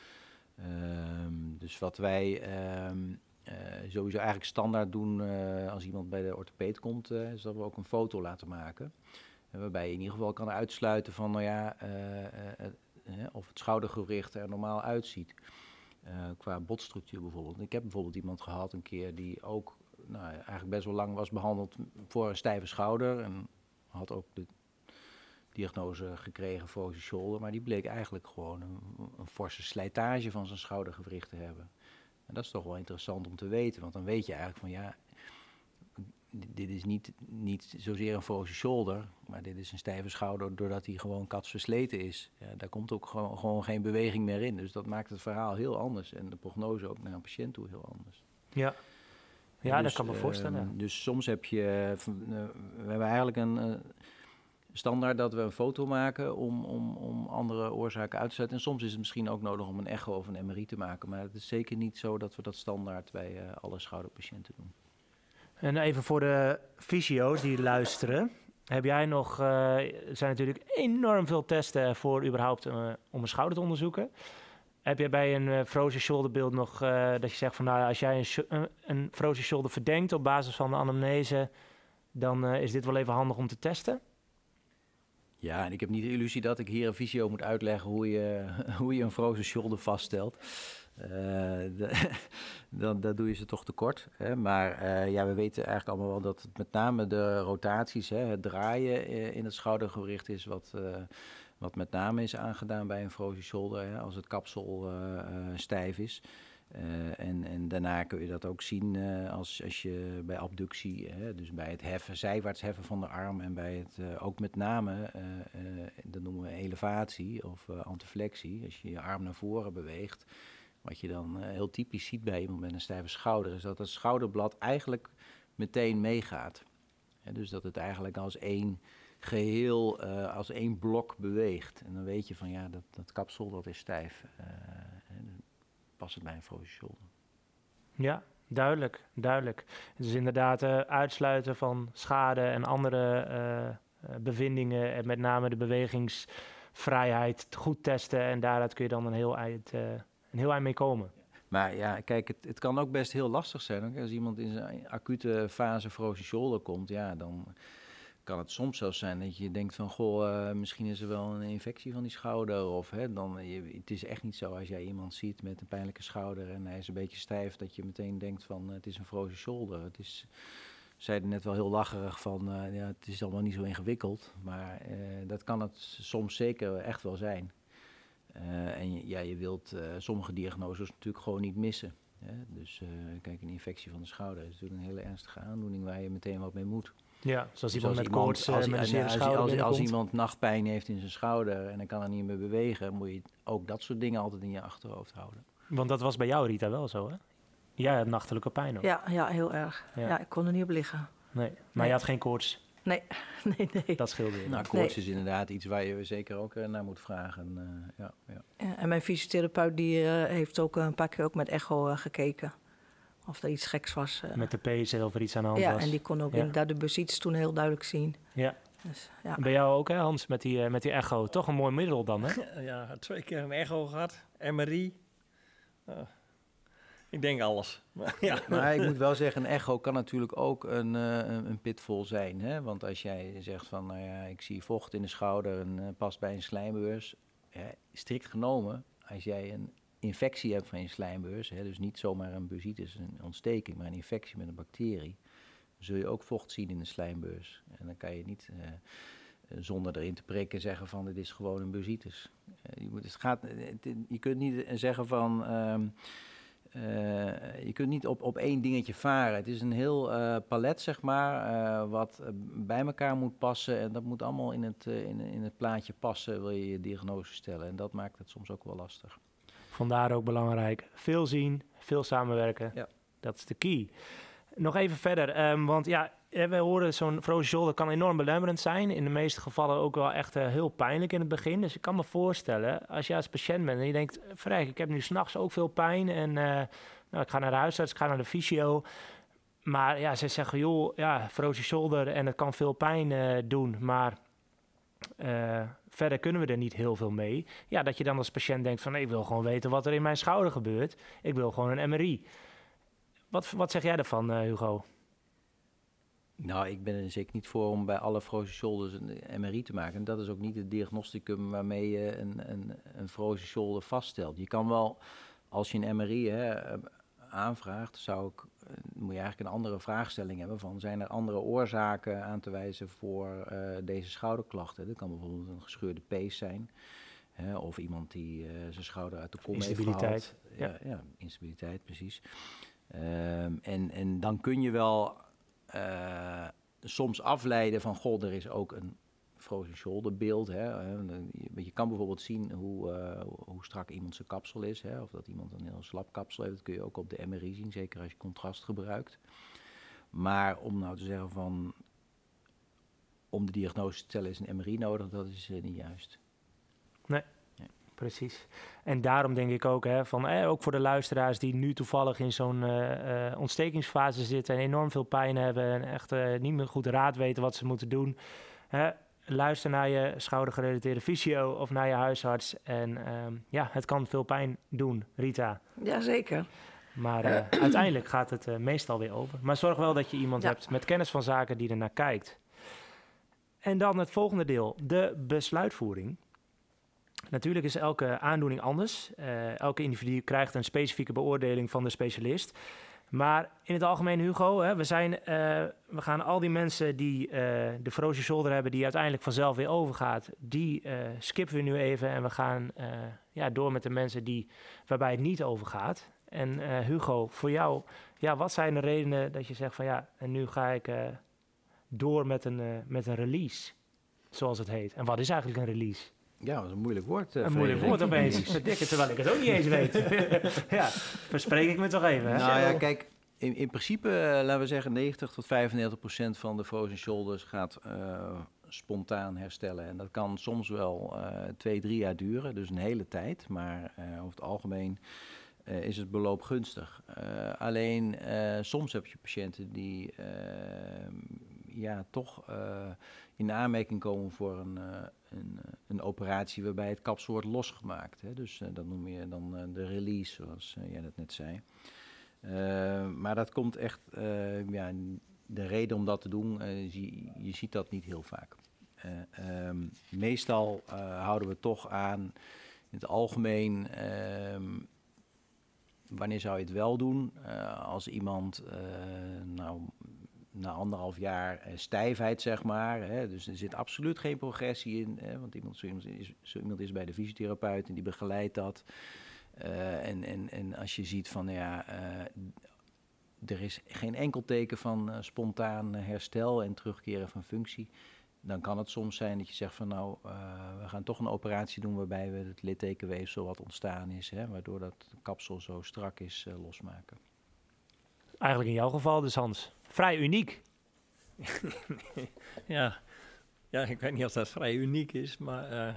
Dus wat wij sowieso eigenlijk standaard doen als iemand bij de orthopeed komt, is dat we ook een foto laten maken. Waarbij je in ieder geval kan uitsluiten van, of het schoudergewricht er normaal uitziet. Qua botstructuur bijvoorbeeld. Ik heb bijvoorbeeld iemand gehad een keer die ook eigenlijk best wel lang was behandeld voor een stijve schouder. En had ook de diagnose gekregen frozen shoulder. Maar die bleek eigenlijk gewoon een forse slijtage van zijn schoudergewricht te hebben. En dat is toch wel interessant om te weten. Want dan weet je eigenlijk van dit is niet zozeer een frozen shoulder, maar dit is een stijve schouder doordat hij gewoon katsversleten is. Ja, daar komt ook gewoon geen beweging meer in. Dus dat maakt het verhaal heel anders en de prognose ook naar een patiënt toe heel anders.
Ja,
dus,
dat kan me voorstellen.
Dus soms heb je, we hebben eigenlijk een standaard dat we een foto maken om andere oorzaken uit te zetten. En soms is het misschien ook nodig om een echo of een MRI te maken, maar het is zeker niet zo dat we dat standaard bij alle schouderpatiënten doen.
En even voor de fysio's die luisteren. Heb jij nog... er zijn natuurlijk enorm veel testen voor überhaupt om een schouder te onderzoeken. Heb jij bij een frozen shoulder beeld nog dat je zegt van... als jij een frozen shoulder verdenkt op basis van de anamnese... dan is dit wel even handig om te testen?
Ja, en ik heb niet de illusie dat ik hier een fysio moet uitleggen hoe je een frozen shoulder vaststelt. Dan doe je ze toch tekort. Hè? Maar we weten eigenlijk allemaal wel dat het met name de rotaties, het draaien in het schoudergewricht is wat met name is aangedaan bij een frozen shoulder, hè? Als het kapsel stijf is. En daarna kun je dat ook zien als je bij abductie, dus bij het heffen, zijwaarts heffen van de arm en bij het ook met name, dat noemen we elevatie of antiflexie, als je je arm naar voren beweegt. Wat je dan heel typisch ziet bij iemand met een stijve schouder, is dat het schouderblad eigenlijk meteen meegaat. Dus dat het eigenlijk als één geheel, als één blok beweegt. En dan weet je van dat kapsel dat is stijf. Past het bij een frozen shoulder.
Ja, duidelijk. Dus inderdaad uitsluiten van schade en andere bevindingen en met name de bewegingsvrijheid goed testen en daaruit kun je dan een heel eind mee komen.
Maar ja, kijk, het kan ook best heel lastig zijn. Als iemand in zijn acute fase frozen shoulder komt, dan kan het soms zelfs zijn dat je denkt van, misschien is er wel een infectie van die schouder. Of het is echt niet zo als jij iemand ziet met een pijnlijke schouder en hij is een beetje stijf, dat je meteen denkt van, het is een frozen shoulder. Het is, zeiden net wel heel lacherig van, het is allemaal niet zo ingewikkeld. Maar dat kan het soms zeker echt wel zijn. En je wilt sommige diagnoses natuurlijk gewoon niet missen. Hè? Dus kijk, een infectie van de schouder is natuurlijk een hele ernstige aandoening waar je meteen wat mee moet.
Ja, zoals iemand met koorts met een zere schouder
als iemand nachtpijn heeft in zijn schouder en hij kan er niet meer bewegen, moet je ook dat soort dingen altijd in je achterhoofd houden.
Want dat was bij jou, Rita, wel zo, hè? Jij had nachtelijke pijn ook.
Ja, heel erg. Ja, ik kon er niet op liggen.
Nee, maar je had geen koorts?
Nee.
Dat scheelde je.
Nou, koorts is inderdaad iets waar je zeker ook naar moet vragen. Ja,
en mijn fysiotherapeut die heeft ook een paar keer ook met echo gekeken. Of er iets geks was.
Met de pees of er iets aan de hand was.
Ja, en die kon ook inderdaad de bursitis toen heel duidelijk zien.
Ja.
Dus, ja.
Bij jou ook, hè, Hans, met die echo. Toch een mooi middel dan, hè?
Ja, 2 keer een echo gehad. MRI. Ik denk alles.
Maar ik moet wel zeggen, een echo kan natuurlijk ook een pitvol zijn. Hè? Want als jij zegt van, ik zie vocht in de schouder en past bij een slijmbeurs. strikt genomen, als jij een infectie hebt van je slijmbeurs, dus niet zomaar een bursitis, een ontsteking, maar een infectie met een bacterie, zul je ook vocht zien in de slijmbeurs. En dan kan je niet zonder erin te prikken zeggen van dit is gewoon een bursitis. Je kunt niet zeggen van je kunt niet op één dingetje varen. Het is een heel palet, zeg maar, wat bij elkaar moet passen. En dat moet allemaal in het plaatje passen, wil je je diagnose stellen. En dat maakt het soms ook wel lastig.
Vandaar ook belangrijk. Veel zien, veel samenwerken.
Ja.
Dat is de key. Nog even verder, want we horen zo'n frozen shoulder kan enorm belemmerend zijn. In de meeste gevallen ook wel echt heel pijnlijk in het begin. Dus ik kan me voorstellen, als je als patiënt bent en je denkt, verrek, ik heb nu 's nachts ook veel pijn en ik ga naar de huisarts, ik ga naar de fysio. Maar ze zeggen, joh, frozen shoulder en het kan veel pijn doen, maar verder kunnen we er niet heel veel mee. Ja, dat je dan als patiënt denkt van, ik wil gewoon weten wat er in mijn schouder gebeurt. Ik wil gewoon een MRI. Wat zeg jij ervan, Hugo?
Nou, ik ben er zeker niet voor om bij alle frozen shoulders een MRI te maken. En dat is ook niet het diagnosticum waarmee je een frozen shoulder vaststelt. Je kan wel, als je een MRI aanvraagt, moet je eigenlijk een andere vraagstelling hebben van, zijn er andere oorzaken aan te wijzen voor deze schouderklachten? Dat kan bijvoorbeeld een gescheurde pees zijn. Of iemand die zijn schouder uit de kom heeft gehaald. Ja, instabiliteit, precies. En dan kun je wel soms afleiden van, goh, er is ook een frozen shoulder beeld. Je kan bijvoorbeeld zien hoe strak iemand zijn kapsel is. Of dat iemand een heel slap kapsel heeft. Dat kun je ook op de MRI zien, zeker als je contrast gebruikt. Maar om nou te zeggen van, om de diagnose te stellen is een MRI nodig, dat is niet juist.
Nee. Precies. En daarom denk ik ook, ook voor de luisteraars die nu toevallig in zo'n ontstekingsfase zitten en enorm veel pijn hebben en echt niet meer goed raad weten wat ze moeten doen. Luister naar je schoudergerelateerde fysio of naar je huisarts. En het kan veel pijn doen, Rita.
Jazeker.
Maar uiteindelijk gaat het meestal weer over. Maar zorg wel dat je iemand hebt met kennis van zaken die er naar kijkt. En dan het volgende deel, de besluitvoering. Natuurlijk is elke aandoening anders. Elke individu krijgt een specifieke beoordeling van de specialist. Maar in het algemeen, Hugo, we gaan al die mensen die de frozen shoulder hebben, die uiteindelijk vanzelf weer overgaat, die skippen we nu even en we gaan door met de mensen waarbij het niet overgaat. En Hugo, voor jou, wat zijn de redenen dat je zegt van en nu ga ik door met een release, zoals het heet. En wat is eigenlijk een release?
Ja, dat is een moeilijk woord.
Een moeilijk woord opeens. Terwijl ik het ook niet eens weet. Verspreek ik me toch even. Hè?
Nou ja, kijk, in principe, laten we zeggen, 90-95% van de frozen shoulders gaat spontaan herstellen. En dat kan soms wel 2-3 jaar duren, dus een hele tijd. Maar over het algemeen is het beloop gunstig. Alleen soms heb je patiënten die toch in aanmerking komen voor een operatie waarbij het kapsel wordt losgemaakt. Dus dat noem je dan de release, zoals jij dat net zei. Maar dat komt echt, de reden om dat te doen, je ziet dat niet heel vaak. Meestal houden we toch aan, in het algemeen, wanneer zou je het wel doen? Als iemand na 1,5 jaar stijfheid, zeg maar. Dus er zit absoluut geen progressie in. Want iemand is bij de fysiotherapeut en die begeleidt dat. En als je ziet van, er is geen enkel teken van spontaan herstel en terugkeren van functie, dan kan het soms zijn dat je zegt van, we gaan toch een operatie doen waarbij we het littekenweefsel wat ontstaan is, waardoor dat kapsel zo strak is, losmaken.
Eigenlijk in jouw geval dus, Hans. Vrij uniek.
Ja, ik weet niet of dat vrij uniek is, maar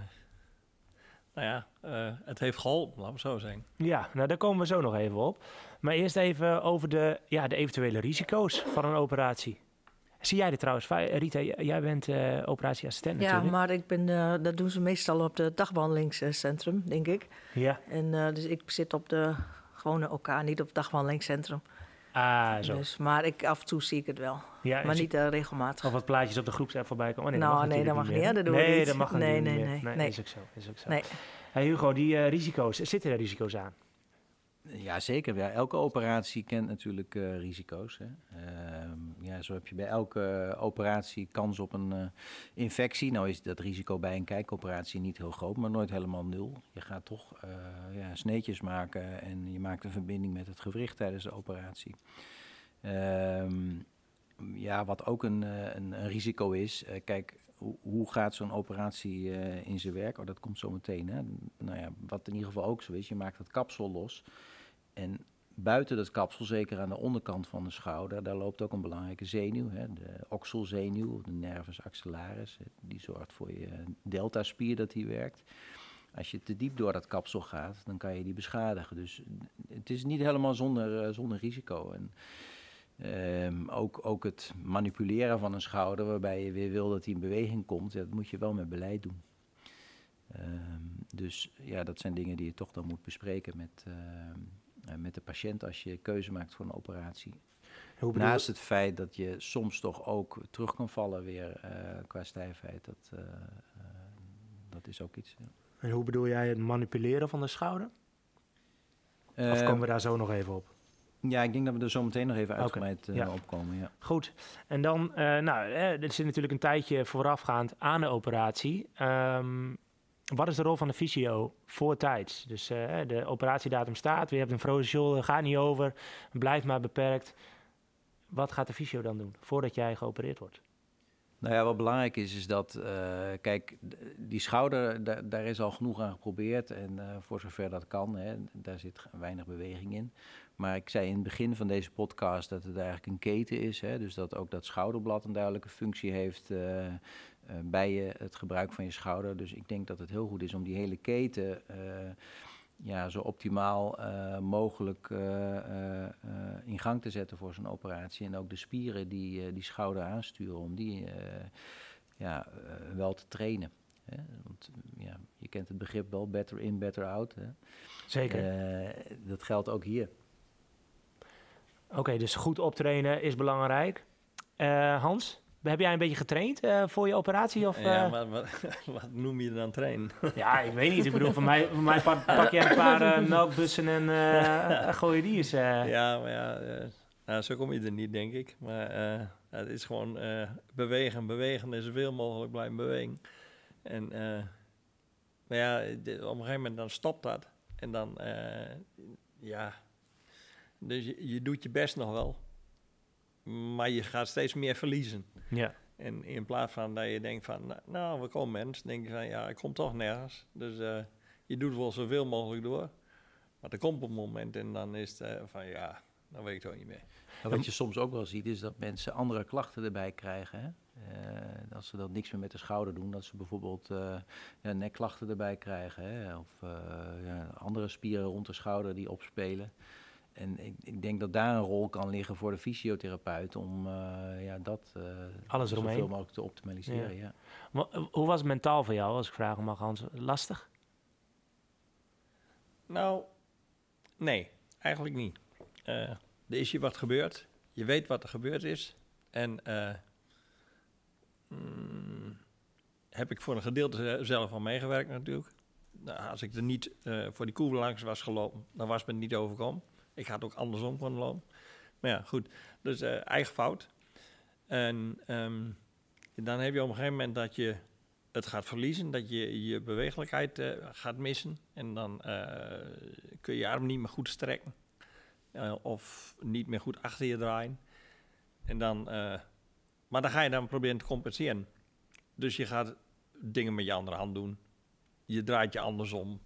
het heeft geholpen, laten we zo zeggen.
Ja, daar komen we zo nog even op. Maar eerst even over de eventuele risico's van een operatie. Zie jij dit trouwens? Rita, jij bent operatieassistent natuurlijk.
Ja, maar dat doen ze meestal op het dagbehandelingscentrum, denk ik.
Ja.
En dus ik zit op de gewone OK, niet op het dagbehandelingscentrum.
Ah, zo.
Dus, maar af en toe zie ik het wel.
Ja,
Maar niet regelmatig.
Of wat plaatjes op de groepsapp voorbij komen. Oh,
dat mag niet. Ja, dat doen we niet.
Dat mag niet.
Nee.
Is ook zo.
Nee.
Hey Hugo, die risico's, zitten er risico's aan?
Ja, zeker. Ja, elke operatie kent natuurlijk risico's. Hè. Zo heb je bij elke operatie kans op een infectie. Nou is dat risico bij een kijkoperatie niet heel groot, maar nooit helemaal nul. Je gaat toch sneetjes maken en je maakt een verbinding met het gewricht tijdens de operatie. Wat ook een risico is, kijk, hoe gaat zo'n operatie in zijn werk? Oh, dat komt zo meteen. Hè? Nou ja, wat in ieder geval ook zo is, je maakt het kapsel los. En buiten dat kapsel, zeker aan de onderkant van de schouder, daar loopt ook een belangrijke zenuw. Hè? De oxelzenuw, de nervus axillaris. Die zorgt voor je deltaspier dat die werkt. Als je te diep door dat kapsel gaat, dan kan je die beschadigen. Dus het is niet helemaal zonder risico. En ook het manipuleren van een schouder, waarbij je weer wil dat hij in beweging komt, dat moet je wel met beleid doen. Dat zijn dingen die je toch dan moet bespreken met de patiënt als je keuze maakt voor een operatie. Naast het feit dat je soms toch ook terug kan vallen weer qua stijfheid, dat is ook iets. Ja.
En hoe bedoel jij het manipuleren van de schouder? Of komen we daar zo nog even op?
Ja, ik denk dat we er zo meteen nog even uitgebreid opkomen. Ja.
Goed. En dan, er zit natuurlijk een tijdje voorafgaand aan de operatie. Wat is de rol van de fysio voortijds? Dus de operatiedatum staat, je hebt een frozen shoulder, gaat niet over, blijft maar beperkt. Wat gaat de fysio dan doen voordat jij geopereerd wordt?
Nou ja, wat belangrijk is dat, kijk, die schouder, daar is al genoeg aan geprobeerd. En voor zover dat kan, daar zit weinig beweging in. Maar ik zei in het begin van deze podcast dat het eigenlijk een keten is. Dus dat ook dat schouderblad een duidelijke functie heeft bij het gebruik van je schouder. Dus ik denk dat het heel goed is om die hele keten zo optimaal mogelijk in gang te zetten voor zo'n operatie. En ook de spieren die schouder aansturen, om die wel te trainen. Hè? Want je kent het begrip wel, better in, better out. Hè?
Zeker.
Dat geldt ook hier.
Oké, dus goed optrainen is belangrijk. Hans, heb jij een beetje getraind voor je operatie? Of,
wat noem je dan trainen?
Ja, ik weet niet. Ik bedoel, voor mij pak je een paar melkbussen en gooi je die eens.
Ja, maar zo kom je er niet, denk ik. Maar het is gewoon bewegen en zoveel mogelijk blijven bewegen. En op een gegeven moment dan stopt dat. En dan, dus je doet je best nog wel. Maar je gaat steeds meer verliezen.
Ja.
En in plaats van dat je denkt van, nou, we komen mens, denk je van, ik kom toch nergens. Dus je doet wel zoveel mogelijk door. Maar er komt een moment en dan is het dan weet ik het ook niet meer.
Wat je soms ook wel ziet, is dat mensen andere klachten erbij krijgen. Hè? Als ze dat niks meer met de schouder doen, dat ze bijvoorbeeld nekklachten erbij krijgen. Hè? Of andere spieren rond de schouder die opspelen. En ik denk dat daar een rol kan liggen voor de fysiotherapeut om
alles eromheen
zoveel mogelijk te optimaliseren. Ja.
Maar, hoe was het mentaal voor jou, als ik vragen mag, Hans? Lastig?
Nou, nee, eigenlijk niet. Er is hier wat gebeurd. Je weet wat er gebeurd is. En heb ik voor een gedeelte zelf al meegewerkt natuurlijk. Nou, als ik er niet voor die koe langs was gelopen, dan was het me niet overkomen. Ik had ook andersom kunnen lopen. Maar ja, goed. Dus eigen fout. En dan heb je op een gegeven moment dat je het gaat verliezen. Dat je je bewegelijkheid gaat missen. En dan kun je je arm niet meer goed strekken. Of niet meer goed achter je draaien. En dan, maar dan ga je dan proberen te compenseren. Dus je gaat dingen met je andere hand doen. Je draait je andersom.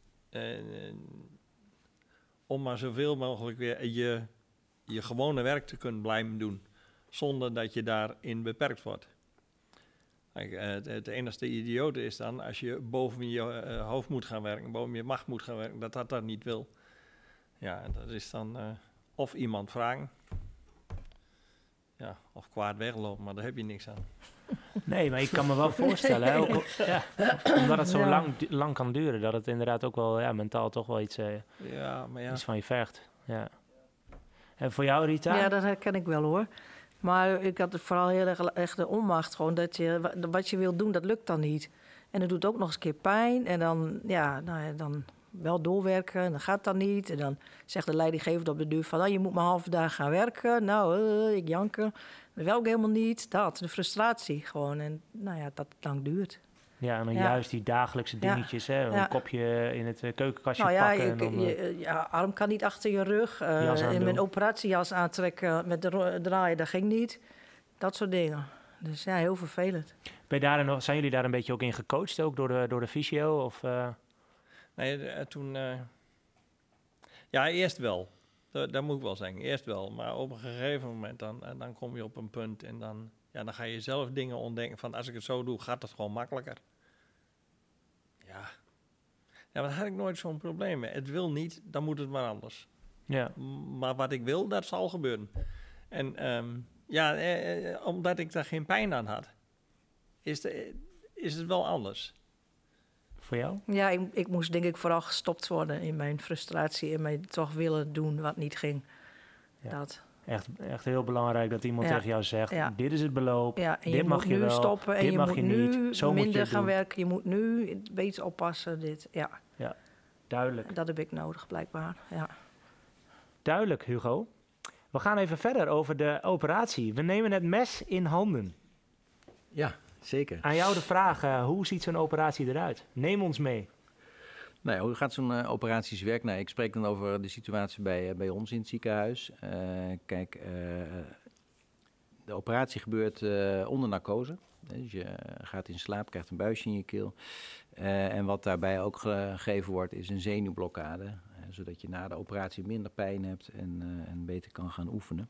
Om maar zoveel mogelijk weer je gewone werk te kunnen blijven doen. Zonder dat je daarin beperkt wordt. Kijk, het enige idiote is dan als je boven je hoofd moet gaan werken, boven je macht moet gaan werken, dat niet wil. Ja, en dat is dan of iemand vragen. Ja, of kwaad weglopen, maar daar heb je niks aan.
Nee, maar ik kan me wel voorstellen, hè, omdat het zo lang kan duren, dat het inderdaad ook wel mentaal toch wel iets van je vergt. Ja. En voor jou, Rita?
Ja, dat herken ik wel hoor. Maar ik had vooral heel erg echt de onmacht. Gewoon dat wat je wilt doen, dat lukt dan niet. En het doet ook nog eens een keer pijn. En dan, dan wel doorwerken. En dan gaat dat niet. En dan zegt de leidinggevende op de deur van... je moet maar halve dag gaan werken. Nou, ik janken. Dat wil ik helemaal niet. De frustratie gewoon. En dat het lang duurt.
Ja, en dan juist die dagelijkse dingetjes. Hè? Een kopje in het keukenkastje pakken.
Je arm kan niet achter je rug. In mijn operatiejas aantrekken met draaien, dat ging niet. Dat soort dingen. Dus ja, heel vervelend.
Zijn
jullie daar een beetje ook in gecoacht, ook door de fysio? Of,
Nee, toen... ja, eerst wel. Dat moet ik wel zeggen. Eerst wel. Maar op een gegeven moment dan kom je op een punt... en dan ga je zelf dingen ontdekken van... als ik het zo doe, gaat het gewoon makkelijker. Ja, maar daar had ik nooit zo'n probleem mee. Het wil niet, dan moet het maar anders.
Ja.
Maar wat ik wil, dat zal gebeuren. En omdat ik daar geen pijn aan had... is het wel anders.
Voor jou?
Ja, ik moest denk ik vooral gestopt worden in mijn frustratie... en mij toch willen doen wat niet ging.
Ja.
Dat.
Echt heel belangrijk dat iemand tegen jou zegt... dit is het beloop,
en
dit mag je wel,
stoppen, en
dit
je
mag
moet
je
nu
niet. Zo
minder
moet je
gaan werken, je moet nu beter oppassen. Ja,
duidelijk.
Dat heb ik nodig, blijkbaar. Ja.
Duidelijk, Hugo. We gaan even verder over de operatie. We nemen het mes in handen.
Ja, zeker.
Aan jou de vraag, hoe ziet zo'n operatie eruit? Neem ons mee.
Nou ja, hoe gaat zo'n operaties werken? Nou, ik spreek dan over de situatie bij ons in het ziekenhuis. De operatie gebeurt onder narcose. Dus je gaat in slaap, krijgt een buisje in je keel. En wat daarbij ook gegeven wordt, is een zenuwblokkade. Zodat je na de operatie minder pijn hebt en beter kan gaan oefenen.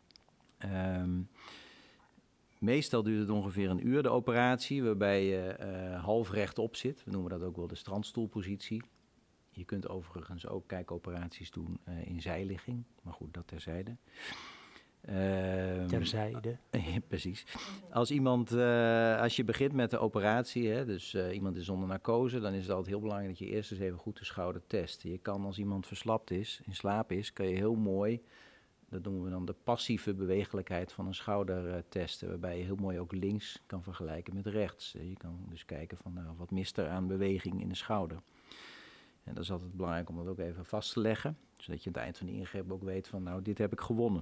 Meestal duurt het ongeveer een uur, de operatie, waarbij je half rechtop zit. We noemen dat ook wel de strandstoelpositie. Je kunt overigens ook kijkoperaties doen in zijligging. Maar goed, dat terzijde.
Terzijde.
Precies. Als je begint met de operatie, dus iemand is onder narcose, dan is het altijd heel belangrijk dat je eerst eens even goed de schouder test. Je kan, als iemand verslapt is, in slaap is, kan je heel mooi, dat noemen we dan de passieve bewegelijkheid van een schouder testen, waarbij je heel mooi ook links kan vergelijken met rechts. Je kan dus kijken van wat mist er aan beweging in de schouder. En dat is altijd belangrijk om dat ook even vast te leggen, zodat je aan het eind van de ingreep ook weet van dit heb ik gewonnen.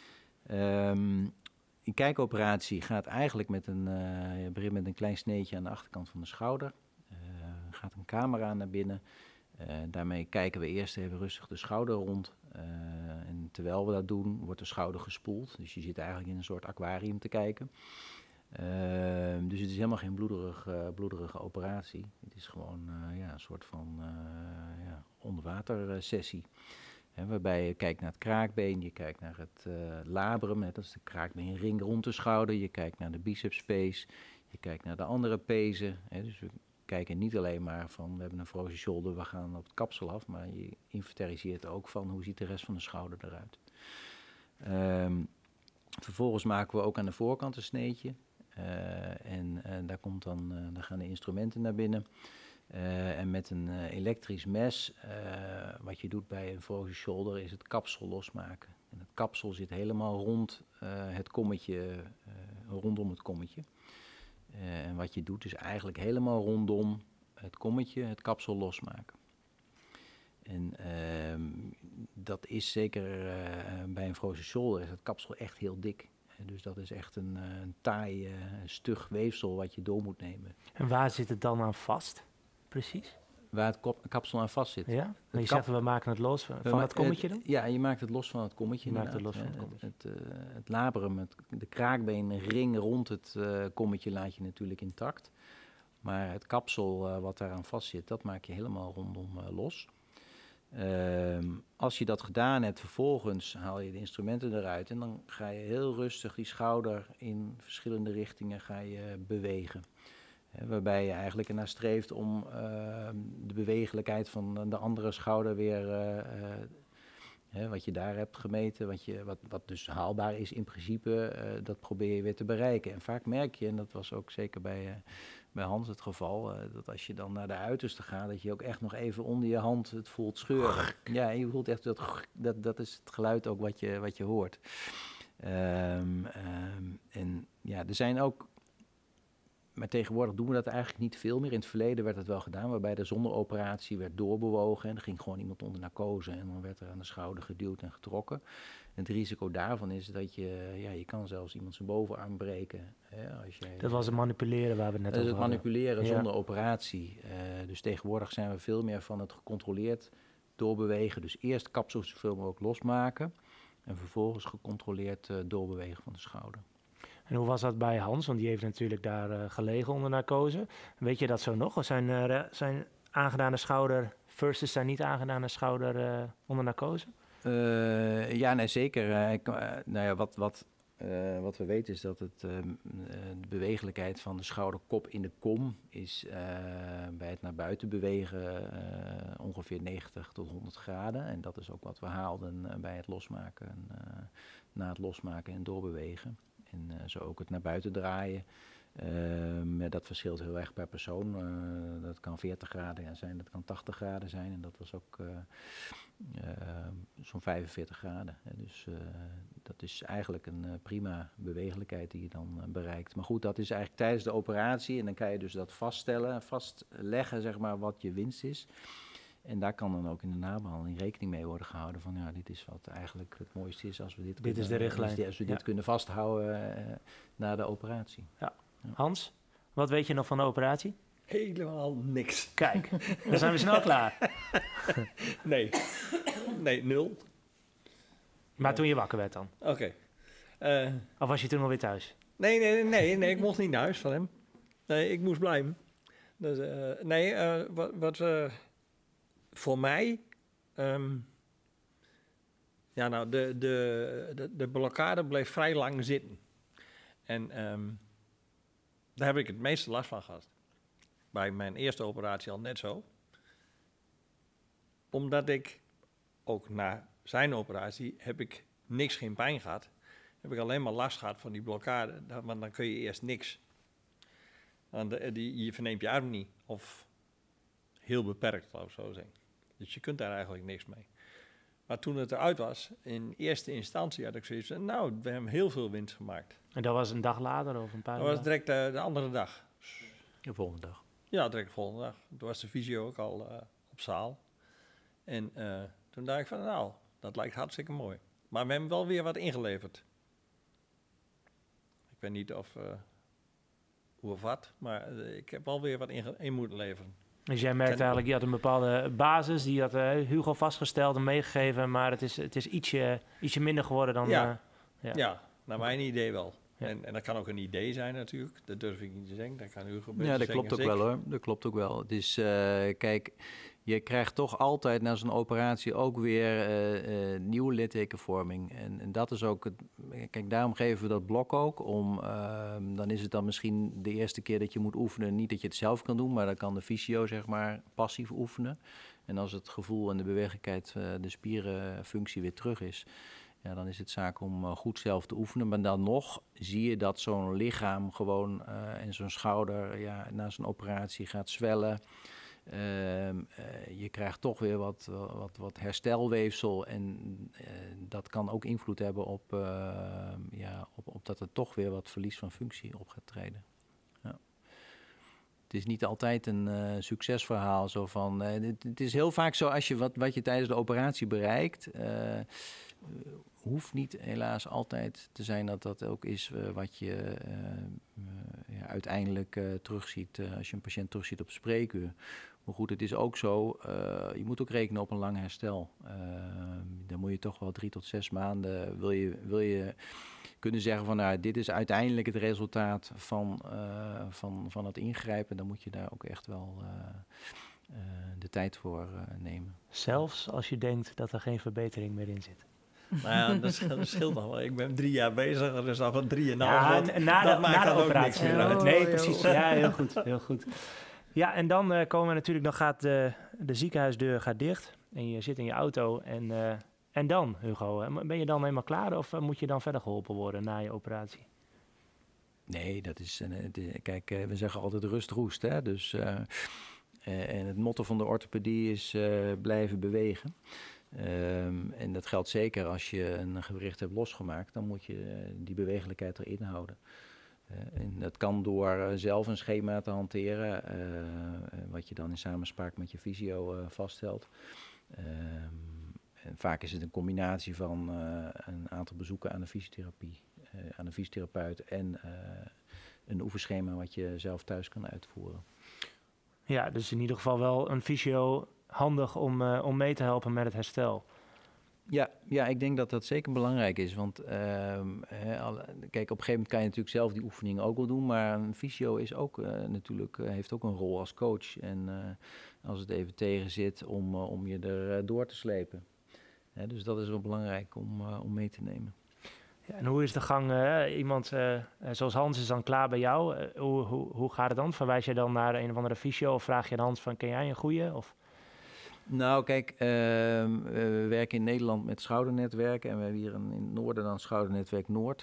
Een kijkoperatie gaat eigenlijk je begint met een klein sneetje aan de achterkant van de schouder. Gaat een camera naar binnen. Daarmee kijken we eerst even rustig de schouder rond. En terwijl we dat doen, wordt de schouder gespoeld. Dus je zit eigenlijk in een soort aquarium te kijken. Dus het is helemaal geen bloederige operatie. Het is gewoon een soort van onderwater sessie. Waarbij je kijkt naar het kraakbeen, je kijkt naar het labrum, dat is de kraakbeenring rond de schouder. Je kijkt naar de bicepspees, je kijkt naar de andere pezen. Dus we kijken niet alleen maar van, we hebben een frozen shoulder, we gaan op het kapsel af. Maar je inventariseert ook van, hoe ziet de rest van de schouder eruit. Vervolgens maken we ook aan de voorkant een sneetje. Daar gaan de instrumenten naar binnen. En met een elektrisch mes, wat je doet bij een frozen shoulder, is het kapsel losmaken. En het kapsel zit helemaal rond het kommetje, rondom het kommetje. En wat je doet is eigenlijk helemaal rondom het kommetje het kapsel losmaken. En dat is zeker bij een frozen shoulder is het kapsel echt heel dik. Dus dat is echt een taai, stug weefsel wat je door moet nemen.
En waar zit het dan aan vast? Precies.
Waar het kapsel aan vast zit.
Ja? Je zegt, we maken het los van het kommetje dan?
Ja, je maakt het los van het kommetje. Het labrum, de kraakbeenring rond het kommetje laat je natuurlijk intact. Maar het kapsel wat daaraan vast zit, dat maak je helemaal rondom los. Als je dat gedaan hebt, vervolgens haal je de instrumenten eruit en dan ga je heel rustig die schouder in verschillende richtingen bewegen. Waarbij je eigenlijk ernaar streeft om de bewegelijkheid van de andere schouder weer Hè, wat je daar hebt gemeten, wat dus haalbaar is in principe, dat probeer je weer te bereiken. En vaak merk je, en dat was ook zeker bij Hans het geval, dat als je dan naar de uiterste gaat, dat je ook echt nog even onder je hand het voelt scheuren. Ja, je voelt echt dat is het geluid ook wat je hoort. En ja, er zijn ook, maar tegenwoordig doen we dat eigenlijk niet veel meer. In het verleden werd het wel gedaan, waarbij er zonder operatie werd doorbewogen. En er ging gewoon iemand onder narcose en dan werd er aan de schouder geduwd en getrokken. En het risico daarvan is dat je kan zelfs iemand zijn bovenarm breken. Als jij,
Dat was het manipuleren waar we het net over hadden.
Het manipuleren zonder operatie. Dus tegenwoordig zijn we veel meer van het gecontroleerd doorbewegen. Dus eerst kapsel zoveel mogelijk losmaken en vervolgens gecontroleerd doorbewegen van de schouder.
En hoe was dat bij Hans? Want die heeft natuurlijk daar gelegen onder narcose. Weet je dat zo nog? Of zijn aangedane schouder versus zijn niet aangedane schouder onder narcose?
Ja, nee, zeker. Wat we weten is dat de bewegelijkheid van de schouderkop in de kom is bij het naar buiten bewegen ongeveer 90 tot 100 graden. En dat is ook wat we haalden bij het losmaken, na het losmaken en doorbewegen. En zo ook het naar buiten draaien. Dat verschilt heel erg per persoon. Dat kan 40 graden zijn, dat kan 80 graden zijn. En dat was ook zo'n 45 graden. Dus dat is eigenlijk een prima bewegelijkheid die je dan bereikt. Maar goed, dat is eigenlijk tijdens de operatie. En dan kan je dus dat vastleggen, zeg maar, wat je winst is. En daar kan dan ook in de nabehandeling rekening mee worden gehouden van ja, dit is wat eigenlijk het mooiste is als we dit
is de richtlijn.
Als we dit kunnen vasthouden na de operatie.
Ja. Hans, wat weet je nog van de operatie?
Helemaal niks.
Kijk, dan zijn we snel klaar.
Nee, 0.
Maar toen je wakker werd dan?
Oké.
Of was je toen alweer thuis?
Nee, ik mocht niet naar huis van hem. Nee, ik moest blijven. Dus, wat voor mij... de blokkade bleef vrij lang zitten. En daar heb ik het meeste last van gehad. Bij mijn eerste operatie al net zo. Omdat ik, ook na zijn operatie, heb ik geen pijn gehad. Heb ik alleen maar last gehad van die blokkade. Want dan kun je eerst niks. Want je verneemt je arm niet. Of heel beperkt, of zo zeggen. Dus je kunt daar eigenlijk niks mee. Maar toen het eruit was, in eerste instantie had ik zoiets van, nou, we hebben heel veel winst gemaakt.
En dat was een dag later of een paar
dagen? Dat was direct de andere dag.
De volgende dag?
Ja, direct de volgende dag. Toen was de fysio ook al op zaal. En toen dacht ik van, nou, dat lijkt hartstikke mooi. Maar we hebben wel weer wat ingeleverd. Ik weet niet hoe of wat, maar ik heb wel weer wat in moeten leveren.
Dus jij merkte eigenlijk, je had een bepaalde basis, die had Hugo vastgesteld en meegegeven, maar het is ietsje minder geworden dan...
Ja,
naar mijn idee wel. Ja. En dat kan ook een idee zijn natuurlijk, dat durf ik niet te zeggen. Dat kan Hugo beter
zeggen. Ja, dat klopt ook wel hoor, dat klopt ook wel. Het is, kijk, je krijgt toch altijd na zo'n operatie ook weer nieuwe littekenvorming. En dat is ook, kijk, daarom geven we dat blok ook. Dan is het dan misschien de eerste keer dat je moet oefenen. Niet dat je het zelf kan doen, maar dan kan de fysio zeg maar passief oefenen. En als het gevoel en de bewegelijkheid, de spierenfunctie weer terug is... Ja, dan is het zaak om goed zelf te oefenen. Maar dan nog zie je dat zo'n lichaam gewoon en zo'n schouder na zo'n operatie gaat zwellen. Je krijgt toch weer wat herstelweefsel. En dat kan ook invloed hebben op dat er toch weer wat verlies van functie op gaat treden. Ja. Het is niet altijd een succesverhaal. Zo van, het is heel vaak zo als je wat je tijdens de operatie bereikt... hoeft niet helaas altijd te zijn dat ook is wat je uiteindelijk terugziet als je een patiënt terugziet op spreekuur. Maar goed, het is ook zo, je moet ook rekenen op een lang herstel. Dan moet je toch wel 3 tot 6 maanden, wil je kunnen zeggen van nou, dit is uiteindelijk het resultaat van het ingrijpen. Dan moet je daar ook echt wel de tijd voor nemen.
Zelfs als je denkt dat er geen verbetering meer in zit.
Nou ja, dat scheelt nog wel. Ik ben 3 jaar bezig, dus al van 3,5
na de
ook
operatie.
Niks meer uit.
Nee, precies. Ja, heel goed. Ja, en dan komen we natuurlijk, dan gaat de ziekenhuisdeur gaat dicht en je zit in je auto en En dan, Hugo, ben je dan helemaal klaar of moet je dan verder geholpen worden na je operatie?
Nee, dat is... kijk, we zeggen altijd rust roest. Hè? Dus, en het motto van de orthopedie is blijven bewegen. En dat geldt zeker als je een gewricht hebt losgemaakt. Dan moet je die bewegelijkheid erin houden. En dat kan door zelf een schema te hanteren. Wat je dan in samenspraak met je fysio vaststelt. En vaak is het een combinatie van een aantal bezoeken aan de fysiotherapie, aan de fysiotherapeut en een oefenschema wat je zelf thuis kan uitvoeren.
Ja, dus in ieder geval wel een fysio handig om mee te helpen met het herstel.
Ja, ik denk dat dat zeker belangrijk is. Want kijk, op een gegeven moment kan je natuurlijk zelf die oefeningen ook wel doen. Maar een fysio is ook natuurlijk heeft ook een rol als coach. En als het even tegen zit om je er door te slepen. Dus dat is wel belangrijk om mee te nemen.
Ja, en hoe is de gang? Iemand zoals Hans is dan klaar bij jou. Hoe gaat het dan? Verwijs je dan naar een of andere fysio of vraag je aan Hans van ken jij een goeie? Of...
Nou, kijk, we werken in Nederland met Schoudernetwerken en we hebben hier in het noorden dan Schoudernetwerk Noord.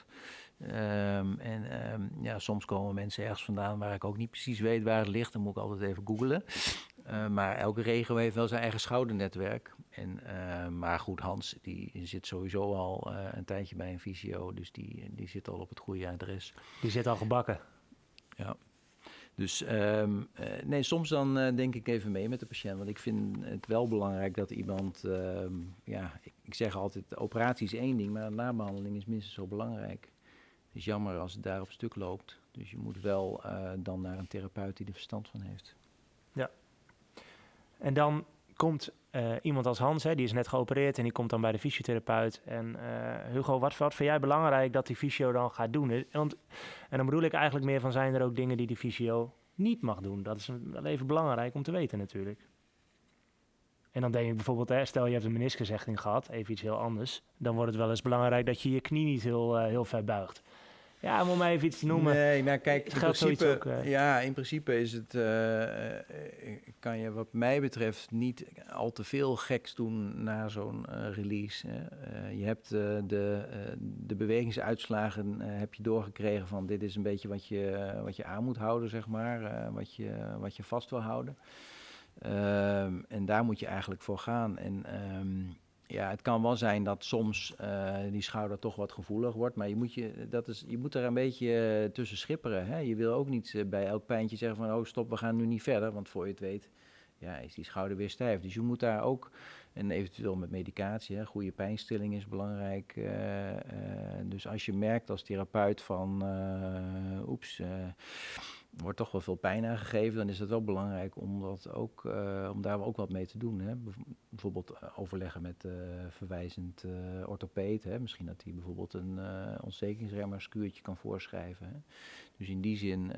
Soms komen mensen ergens vandaan waar ik ook niet precies weet waar het ligt. Dan moet ik altijd even googlen. Maar elke regio heeft wel zijn eigen schoudernetwerk. Maar goed, Hans die zit sowieso al een tijdje bij een fysio, dus die zit al op het goede adres.
Die zit al gebakken.
Ja. Dus soms dan denk ik even mee met de patiënt. Want ik vind het wel belangrijk dat iemand... ik zeg altijd, de operatie is één ding, maar de nabehandeling is minstens zo belangrijk. Het is jammer als het daar op stuk loopt. Dus je moet wel dan naar een therapeut die er verstand van heeft.
Ja. En dan komt iemand als Hans, die is net geopereerd en die komt dan bij de fysiotherapeut. En Hugo, wat vind jij belangrijk dat die fysio dan gaat doen? En dan bedoel ik eigenlijk meer van, zijn er ook dingen die fysio niet mag doen? Dat is wel even belangrijk om te weten natuurlijk. En dan denk ik bijvoorbeeld, stel je hebt een meniscushechting gehad, even iets heel anders. Dan wordt het wel eens belangrijk dat je je knie niet heel ver buigt. Ja, om maar even iets te noemen.
Nee, nou kijk, in principe is het, kan je wat mij betreft niet al te veel geks doen na zo'n release. Je hebt de bewegingsuitslagen heb je doorgekregen van dit is een beetje wat je aan moet houden, zeg maar, wat je vast wil houden. En daar moet je eigenlijk voor gaan. En het kan wel zijn dat soms die schouder toch wat gevoelig wordt, maar je moet er een beetje tussen schipperen. Hè? Je wil ook niet bij elk pijntje zeggen van, oh stop, we gaan nu niet verder, want voor je het weet, is die schouder weer stijf. Dus je moet daar ook, en eventueel met medicatie, goede pijnstilling is belangrijk. Dus als je merkt als therapeut van, wordt toch wel veel pijn aangegeven, dan is het wel belangrijk om daar ook wat mee te doen. Hè? Bijvoorbeeld overleggen met verwijzend orthopeed. Hè? Misschien dat hij bijvoorbeeld een ontstekingsremmerskuurtje kan voorschrijven. Hè? Dus in die zin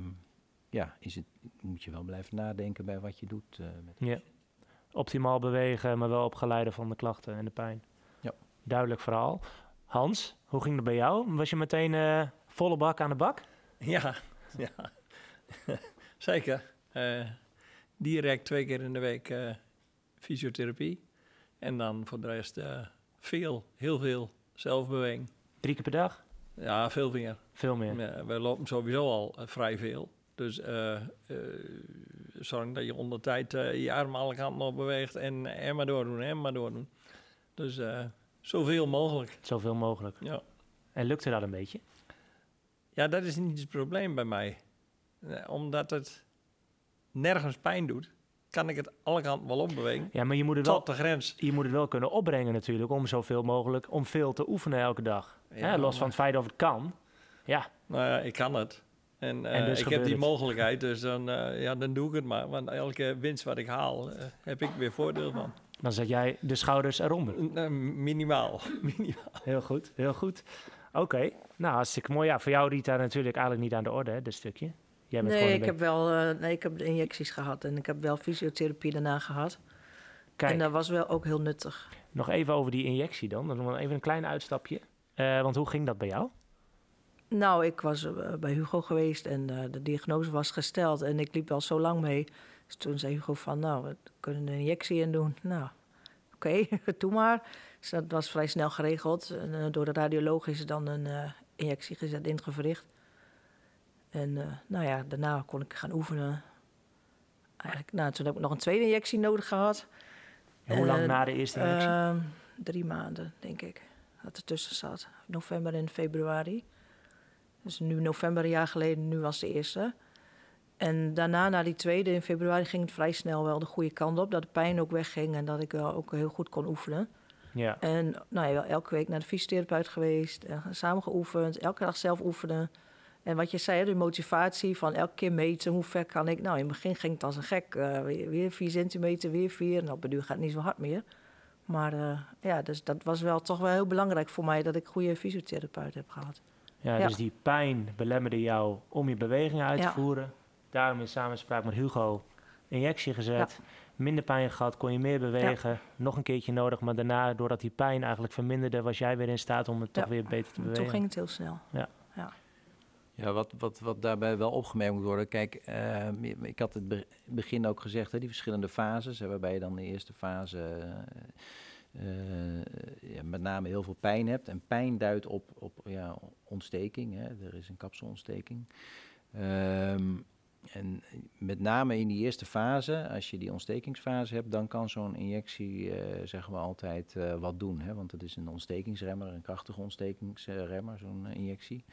moet je wel blijven nadenken bij wat je doet.
Optimaal bewegen, maar wel op geleide van de klachten en de pijn.
Ja.
Duidelijk verhaal. Hans, hoe ging dat bij jou? Was je meteen volle bak aan de bak?
Ja. Zeker. Direct 2 keer in de week fysiotherapie. En dan voor de rest heel veel zelfbeweging. 3
keer per dag?
Ja, veel meer.
Veel meer?
Ja, we lopen sowieso al vrij veel. Dus zorg dat je onder tijd je armen alle kanten op beweegt en maar doordoen. Dus zoveel mogelijk.
Zoveel mogelijk.
Ja.
En lukte dat een beetje?
Ja, dat is niet het probleem bij mij. Omdat het nergens pijn doet, kan ik het alle kanten wel opbewegen.
Ja, maar je moet het
tot de grens.
Je moet het wel kunnen opbrengen natuurlijk, om zoveel mogelijk, om veel te oefenen elke dag. Ja, los van het feit of het kan. Ja.
Nou ja, ik kan het. En
dus
ik heb die mogelijkheid, dus dan doe ik het maar. Want elke winst wat ik haal, heb ik weer voordeel van.
Dan zet jij de schouders eronder?
Minimaal.
Heel goed, heel goed. Oké, nou hartstikke mooi. Ja, voor jou Rita natuurlijk eigenlijk niet aan de orde, hè, dit stukje. Jij bent
ik heb de injecties gehad en ik heb wel fysiotherapie daarna gehad.
Kijk,
en dat was wel ook heel nuttig.
Nog even over die injectie dan. Dan doen we even een klein uitstapje. Want hoe ging dat bij jou?
Nou, ik was bij Hugo geweest en de diagnose was gesteld. En ik liep al zo lang mee. Dus toen zei Hugo van, nou, we kunnen een injectie in doen. Nou, oké, doe maar. Dus dat was vrij snel geregeld. En, door de radioloog is er dan een injectie gezet in het gewricht. En daarna kon ik gaan oefenen. Eigenlijk, toen heb ik nog een tweede injectie nodig gehad.
En hoe lang na de eerste injectie?
3 maanden, denk ik, dat ertussen zat. November en februari. Dus nu november, een jaar geleden, nu was de eerste. En daarna, na die tweede in februari, ging het vrij snel wel de goede kant op. Dat de pijn ook wegging en dat ik wel ook heel goed kon oefenen.
Ja.
En wel elke week naar de fysiotherapeut geweest. Samen geoefend, elke dag zelf oefenen. En wat je zei, de motivatie van elke keer meten, hoe ver kan ik? Nou, in het begin ging het als een gek. Weer 4 centimeter, weer 4. Nou, op het duur gaat het niet zo hard meer. Maar dus dat was toch wel heel belangrijk voor mij dat ik een goede fysiotherapeut heb gehad.
Ja, dus die pijn belemmerde jou om je bewegingen uit te voeren. Daarom in samenspraak met Hugo injectie gezet. Ja. Minder pijn gehad, kon je meer bewegen. Ja. Nog een keertje nodig, maar daarna, doordat die pijn eigenlijk verminderde, was jij weer in staat om het toch weer beter te bewegen.
Toen ging het heel snel.
Ja, wat daarbij wel opgemerkt moet worden. Kijk, ik had het begin ook gezegd, hè, die verschillende fases. Waarbij je dan de eerste fase met name heel veel pijn hebt. En pijn duidt op ontsteking. Hè. Er is een kapselontsteking. En met name in die eerste fase, als je die ontstekingsfase hebt, dan kan zo'n injectie, zeggen we altijd, wat doen. Hè? Want het is een ontstekingsremmer, een krachtige ontstekingsremmer, zo'n injectie.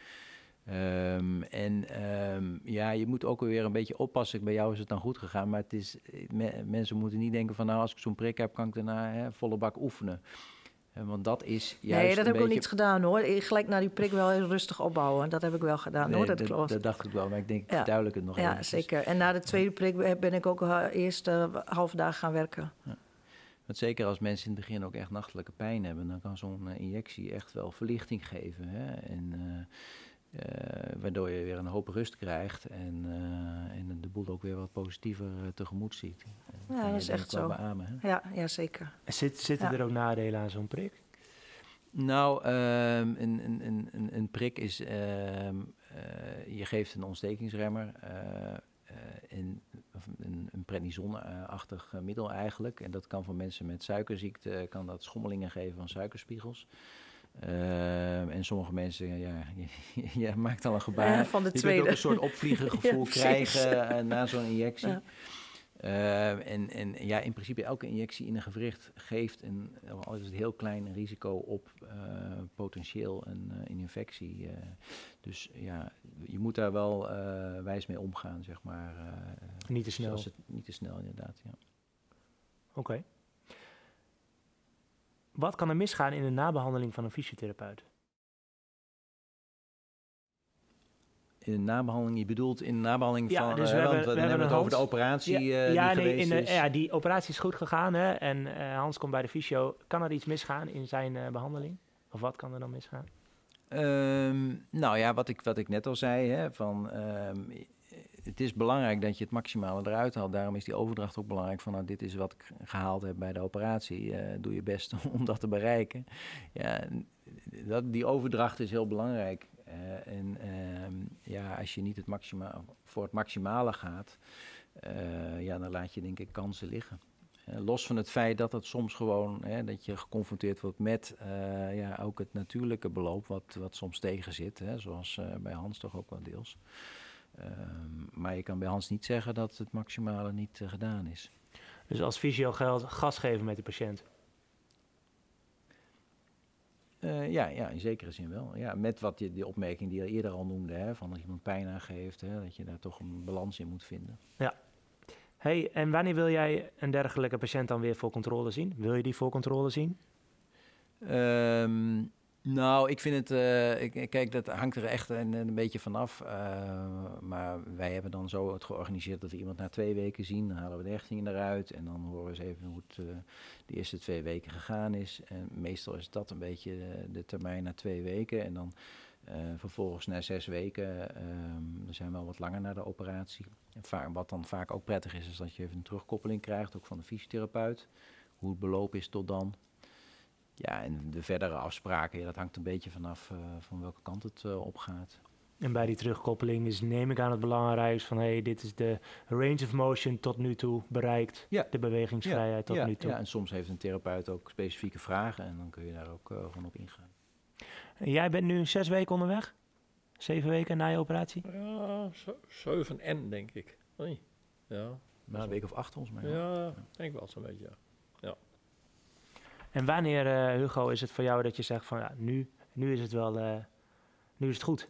Je moet ook weer een beetje oppassen. Bij jou is het dan goed gegaan, maar het is, mensen moeten niet denken van, nou, als ik zo'n prik heb, kan ik daarna volle bak oefenen. Want dat is juist.
Nee, dat heb ik ook niet gedaan hoor. Gelijk na die prik wel heel rustig opbouwen. Dat heb ik wel gedaan hoor. Dat klopt.
Dat dacht ik wel, maar ik denk, ik verduidelijk het nog even.
Ja, zeker. En na de tweede prik ben ik ook eerst halve dag gaan werken. Ja.
Want zeker als mensen in het begin ook echt nachtelijke pijn hebben, dan kan zo'n injectie echt wel verlichting geven. Hè? En waardoor je weer een hoop rust krijgt en de boel ook weer wat positiever tegemoet ziet.
Ja, dat is echt zo.
Beamen, hè?
Ja, zeker.
Zitten er ook nadelen aan zo'n prik?
Nou, een prik is, je geeft een ontstekingsremmer, een prednison-achtig middel eigenlijk. En dat kan voor mensen met suikerziekte, kan dat schommelingen geven van suikerspiegels. En sommige mensen, je maakt al een gebaar.
Van de
je
tweede.
kunt ook een soort opvliegengevoel krijgen na zo'n injectie. Ja. In principe elke injectie in een gewricht geeft, al is het heel klein, een risico op potentieel een infectie. Dus je moet daar wel wijs mee omgaan, zeg maar.
Niet te snel.
Niet te snel, inderdaad, ja.
Oké. Wat kan er misgaan in de nabehandeling van een fysiotherapeut?
In de nabehandeling, je bedoelt in de nabehandeling van...
Dus we hebben
het over de operatie
die operatie is goed gegaan. Hè? En Hans komt bij de fysio. Kan er iets misgaan in zijn behandeling? Of wat kan er dan misgaan?
Wat ik net al zei, hè, het is belangrijk dat je het maximale eruit haalt. Daarom is die overdracht ook belangrijk van, dit is wat ik gehaald heb bij de operatie. Doe je best om dat te bereiken. Ja, die overdracht is heel belangrijk. Als je niet voor het maximale gaat, dan laat je denk ik kansen liggen. Los van het feit dat het soms gewoon, dat je geconfronteerd wordt met ook het natuurlijke beloop wat soms tegen zit. Hè, zoals bij Hans toch ook wel deels. Maar je kan bij Hans niet zeggen dat het maximale niet gedaan is.
Dus als fysio geldt gas geven met de patiënt?
In zekere zin wel. Ja, met die opmerking die je eerder al noemde, hè, van als iemand pijn aangeeft, hè, dat je daar toch een balans in moet vinden. Ja.
Hey, en wanneer wil jij een dergelijke patiënt dan weer voor controle zien? Wil je die voor controle zien?
Ik vind het... kijk, dat hangt er echt een beetje vanaf. Maar wij hebben dan zo het georganiseerd dat we iemand na 2 weken zien. Dan halen we de hechtingen eruit en dan horen we eens even hoe het de eerste 2 weken gegaan is. En meestal is dat een beetje de termijn na 2 weken. En dan vervolgens na 6 weken, we zijn wel wat langer na de operatie. En wat dan vaak ook prettig is dat je even een terugkoppeling krijgt, ook van de fysiotherapeut. Hoe het beloop is tot dan. Ja, en de verdere afspraken, dat hangt een beetje vanaf van welke kant het op gaat.
En bij die terugkoppeling is, neem ik aan, het belangrijkste van... dit is de range of motion tot nu toe bereikt.
Ja.
De bewegingsvrijheid tot nu toe.
Ja, en soms heeft een therapeut ook specifieke vragen en dan kun je daar ook gewoon op ingaan.
En jij bent nu 6 weken onderweg? 7 weken na je operatie?
Ja, 7 en denk ik. Nee. Ja.
Na een week of 8 ons maar.
Ja, denk wel zo'n beetje, ja.
En wanneer, Hugo, is het voor jou dat je zegt van... ja, nu is het wel... nu is het goed?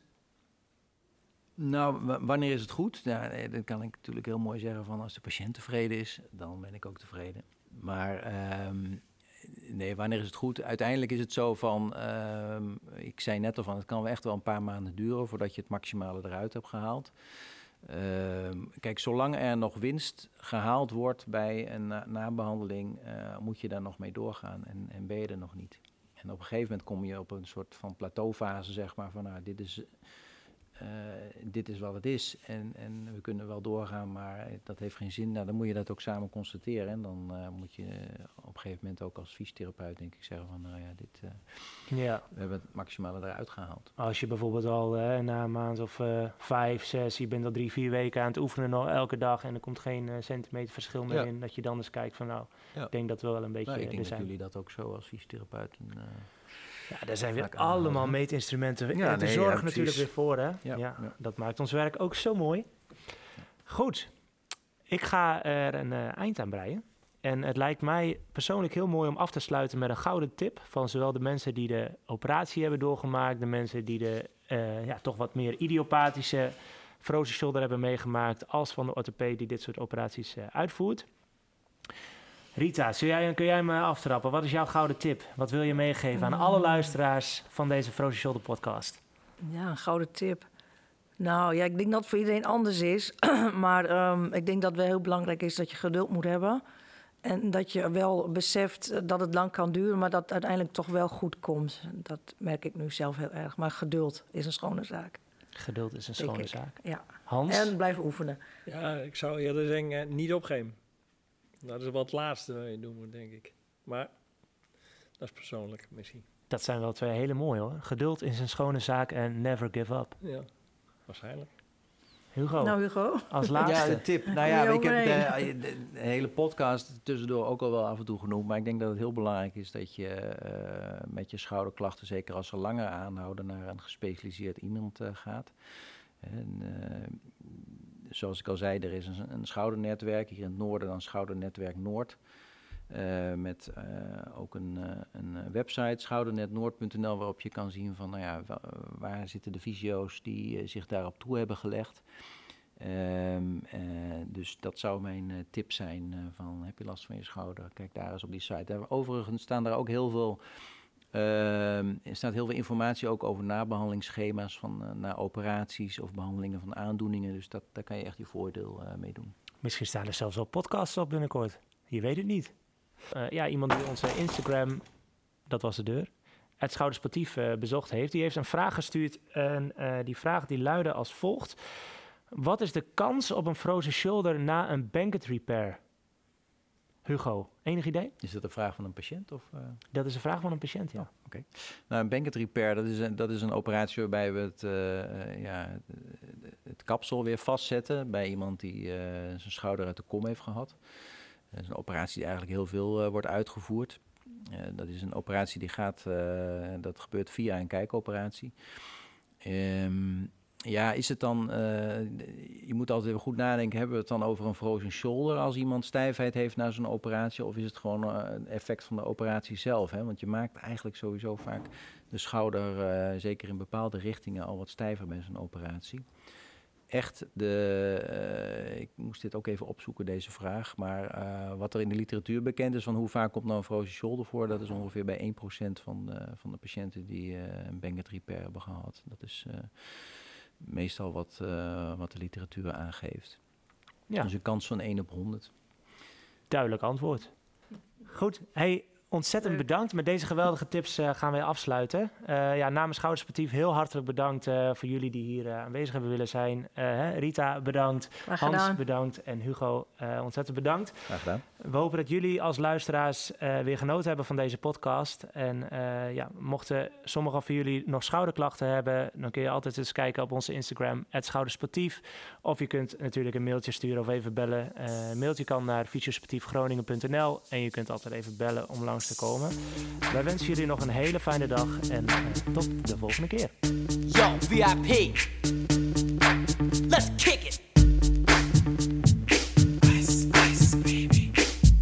Nou, wanneer is het goed? Ja, dat kan ik natuurlijk heel mooi zeggen van als de patiënt tevreden is, dan ben ik ook tevreden. Maar nee, wanneer is het goed? Uiteindelijk is het zo van, ik zei net al van, het kan echt wel een paar maanden duren voordat je het maximale eruit hebt gehaald. Kijk, zolang er nog winst gehaald wordt bij een nabehandeling, moet je daar nog mee doorgaan en ben je er nog niet. En op een gegeven moment kom je op een soort van plateaufase, zeg maar, van nou, dit is wat het is en we kunnen wel doorgaan, maar dat heeft geen zin. Nou, dan moet je dat ook samen constateren en dan moet je op een gegeven moment ook als fysiotherapeut denk ik zeggen van nou ja, we hebben het maximale eruit gehaald.
Als je bijvoorbeeld al na een maand of 5, 6, je bent al 3, 4 weken aan het oefenen nog elke dag en er komt geen centimeter verschil meer in, dat je dan eens kijkt van nou, ik denk dat we wel een beetje
ik denk
zijn.
dat jullie dat ook zo als fysiotherapeuten...
Ja, daar zijn weer allemaal meetinstrumenten te zorgen natuurlijk weer voor. Hè? Ja, dat maakt ons werk ook zo mooi. Goed, ik ga er een eind aan breien. En het lijkt mij persoonlijk heel mooi om af te sluiten met een gouden tip... van zowel de mensen die de operatie hebben doorgemaakt... de mensen die de toch wat meer idiopathische frozen shoulder hebben meegemaakt... als van de orthopeed die dit soort operaties uitvoert... Rita, kun jij me aftrappen? Wat is jouw gouden tip? Wat wil je meegeven aan alle luisteraars van deze Frozen Shoulder podcast?
Ja, een gouden tip. Nou ja, ik denk dat het voor iedereen anders is. Maar ik denk dat het wel heel belangrijk is dat je geduld moet hebben. En dat je wel beseft dat het lang kan duren, maar dat het uiteindelijk toch wel goed komt. Dat merk ik nu zelf heel erg. Maar geduld is een schone zaak.
Geduld is een schone zaak.
Ja.
Hans?
En blijven oefenen.
Ja, ik zou eerder zeggen, niet opgeven. Dat is wel het laatste wat je doen moet, denk ik. Maar dat is persoonlijk misschien.
Dat zijn wel 2 hele mooie hoor. Geduld is een schone zaak en never give up.
Ja, waarschijnlijk.
Hugo,
nou, Hugo,
als laatste.
Ja, de tip. Nou ja, ik heb de hele podcast tussendoor ook al wel af en toe genoemd. Maar ik denk dat het heel belangrijk is dat je met je schouderklachten, zeker als ze langer aanhouden, naar een gespecialiseerd iemand gaat. En, zoals ik al zei, er is een schoudernetwerk. Hier in het noorden dan Schoudernetwerk Noord. Met ook een website, schoudernetnoord.nl, waarop je kan zien van nou ja, waar zitten de fysio's die zich daarop toe hebben gelegd. Dus dat zou mijn tip zijn van heb je last van je schouder, kijk daar eens op die site. Overigens staan daar ook heel veel... er staat heel veel informatie ook over nabehandelingsschema's van na operaties of behandelingen van aandoeningen. Dus daar kan je echt je voordeel mee doen.
Misschien staan er zelfs wel podcasts op binnenkort. Je weet het niet. Iemand die onze Instagram, dat was de deur, het Schoudersportief bezocht heeft. Die heeft een vraag gestuurd en die vraag die luidde als volgt. Wat is de kans op een frozen shoulder na een Bankett repair? Hugo, enig idee?
Is dat een vraag van een patiënt? Of,
Dat is een vraag van een patiënt, ja.
Oké. Nou, een Bankett repair, dat is een operatie waarbij we het kapsel weer vastzetten bij iemand die zijn schouder uit de kom heeft gehad. Dat is een operatie die eigenlijk heel veel wordt uitgevoerd. Dat is een operatie die dat gebeurt via een kijkoperatie. Is het dan, je moet altijd even goed nadenken, hebben we het dan over een frozen shoulder als iemand stijfheid heeft na zo'n operatie, of is het gewoon een effect van de operatie zelf? Hè? Want je maakt eigenlijk sowieso vaak de schouder, zeker in bepaalde richtingen, al wat stijver bij zo'n operatie. Echt, ik moest dit ook even opzoeken, deze vraag, maar wat er in de literatuur bekend is van hoe vaak komt nou een frozen shoulder voor, dat is ongeveer bij 1% van de patiënten die een Bankett repair hebben gehad. Dat is meestal wat de literatuur aangeeft. Ja. Dus een kans van 1 op 100.
Duidelijk antwoord. Goed, hey, Ontzettend bedankt. Met deze geweldige tips gaan wij afsluiten. Namens Schouders Sportief heel hartelijk bedankt voor jullie die hier aanwezig hebben willen zijn. Rita, bedankt. Hans, bedankt. En Hugo, ontzettend bedankt.
Graag gedaan.
We hopen dat jullie als luisteraars weer genoten hebben van deze podcast. En mochten sommigen van jullie nog schouderklachten hebben, dan kun je altijd eens kijken op onze Instagram, @schoudersportief. Of je kunt natuurlijk een mailtje sturen of even bellen. Een mailtje kan naar fysiosportiefgroningen.nl en je kunt altijd even bellen om langs te komen. Wij wensen jullie nog een hele fijne dag en tot de volgende keer.
Yo, VIP. Let's kick it. Ice, ice, baby.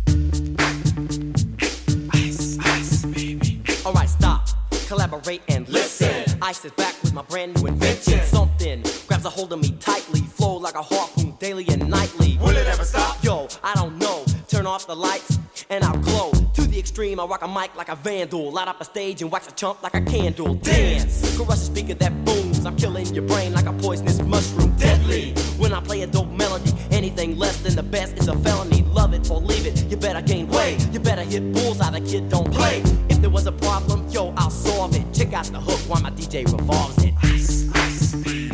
Ice, ice, baby. Alright, stop. Collaborate and listen. Ice is back with my brand new invention. Something grabs a hold of me tightly. Flow like a harpoon daily and nightly. Will it ever stop? Yo, I don't know. Turn off the lights and I'll glow. To the extreme, I rock a mic like a vandal. Light up a stage and wax a chump like a candle. Dance, crush a speaker that booms. I'm killing your brain like a poisonous mushroom. Deadly, when I play a dope melody. Anything less than the best is a felony. Love it or leave it, you better gain weight. You better hit bullseye, the kid don't play. If there was a problem, yo, I'll solve it. Check out the hook while my DJ revolves it. Ice, ice, baby.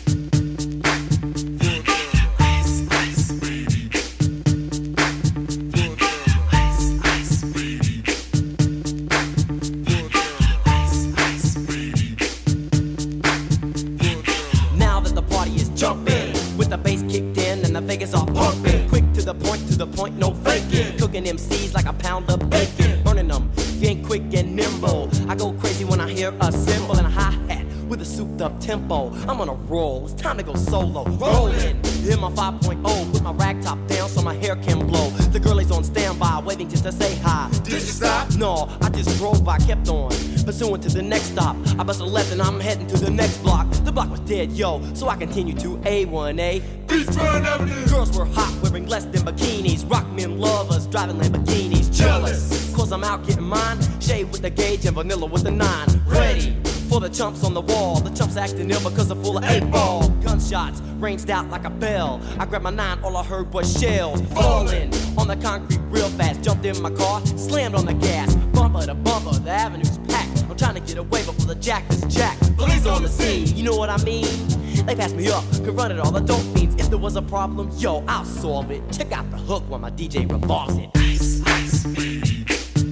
Vegas all pumping, quick to the point, no faking. Cooking MCs like a pound of bacon, burning them. If you ain't quick and nimble, I go crazy when I hear a cymbal and a hi-hat with a souped up tempo. I'm on a roll, it's time to go solo. Rolling, hit my 5.0, put my rag top down so my hair can blow. The girl is on standby, waiting just to say hi. Did you stop? No, I just drove by, kept on, pursuing to the next stop. I bust a left and I'm heading to the next block. The block was dead, yo, so I continued to A1A. Girls were hot, wearing less than bikinis. Rock men lovers, driving Lamborghinis. Jealous, cause I'm out getting mine. Shade with the gauge and vanilla with the 9. Ready for the chumps on the wall. The chumps acting ill because I'm full of 8-ball. Gunshots ranged out like a bell. I grabbed my 9, all I heard was shells falling on the concrete real fast. Jumped in my car, slammed on the gas. Bumper to bumper, the avenue's packed. I'm trying to get away before the jack is jacked. Police on the scene, you know what I mean? They passed me up, could run it all, the dope fiends. If there was a problem, yo, I'll solve it. Check out the hook while my DJ revolves it. Ice, ice, baby.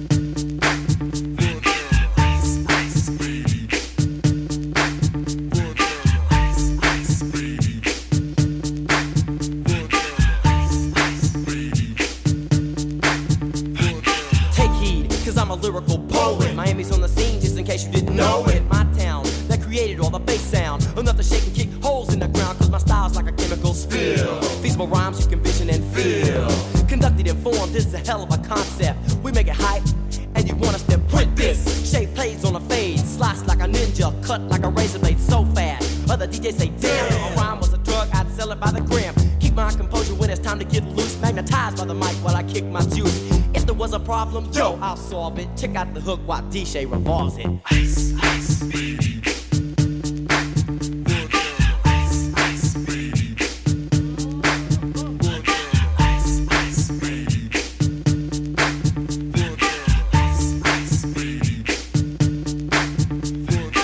Ice, ice, baby. Ice, ice, baby. Ice, ice, baby. Take heed, cause I'm a lyrical poet. Miami's on the scene, just in case you didn't know it. My town, that created all the bass sound. Enough to shake and kick holes in the ground, cause my style's like a chemical spill. Feasible rhymes you can vision and feel. Conducted in form, this is a hell of a concept. We make it hype, and you want us to print this. Shape plays on a fade, slice like a ninja, cut like a razor blade so fast. Other DJs say, damn, if a rhyme was a drug, I'd sell it by the gram. Keep my composure when it's time to get loose. Magnetized by the mic while I kick my juice. If there was a problem, yo, I'll solve it. Check out the hook while DJ revolves it. Ice, ice, baby.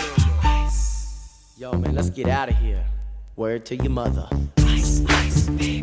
Let's get out of here. Word to your mother. Ice, ice, baby.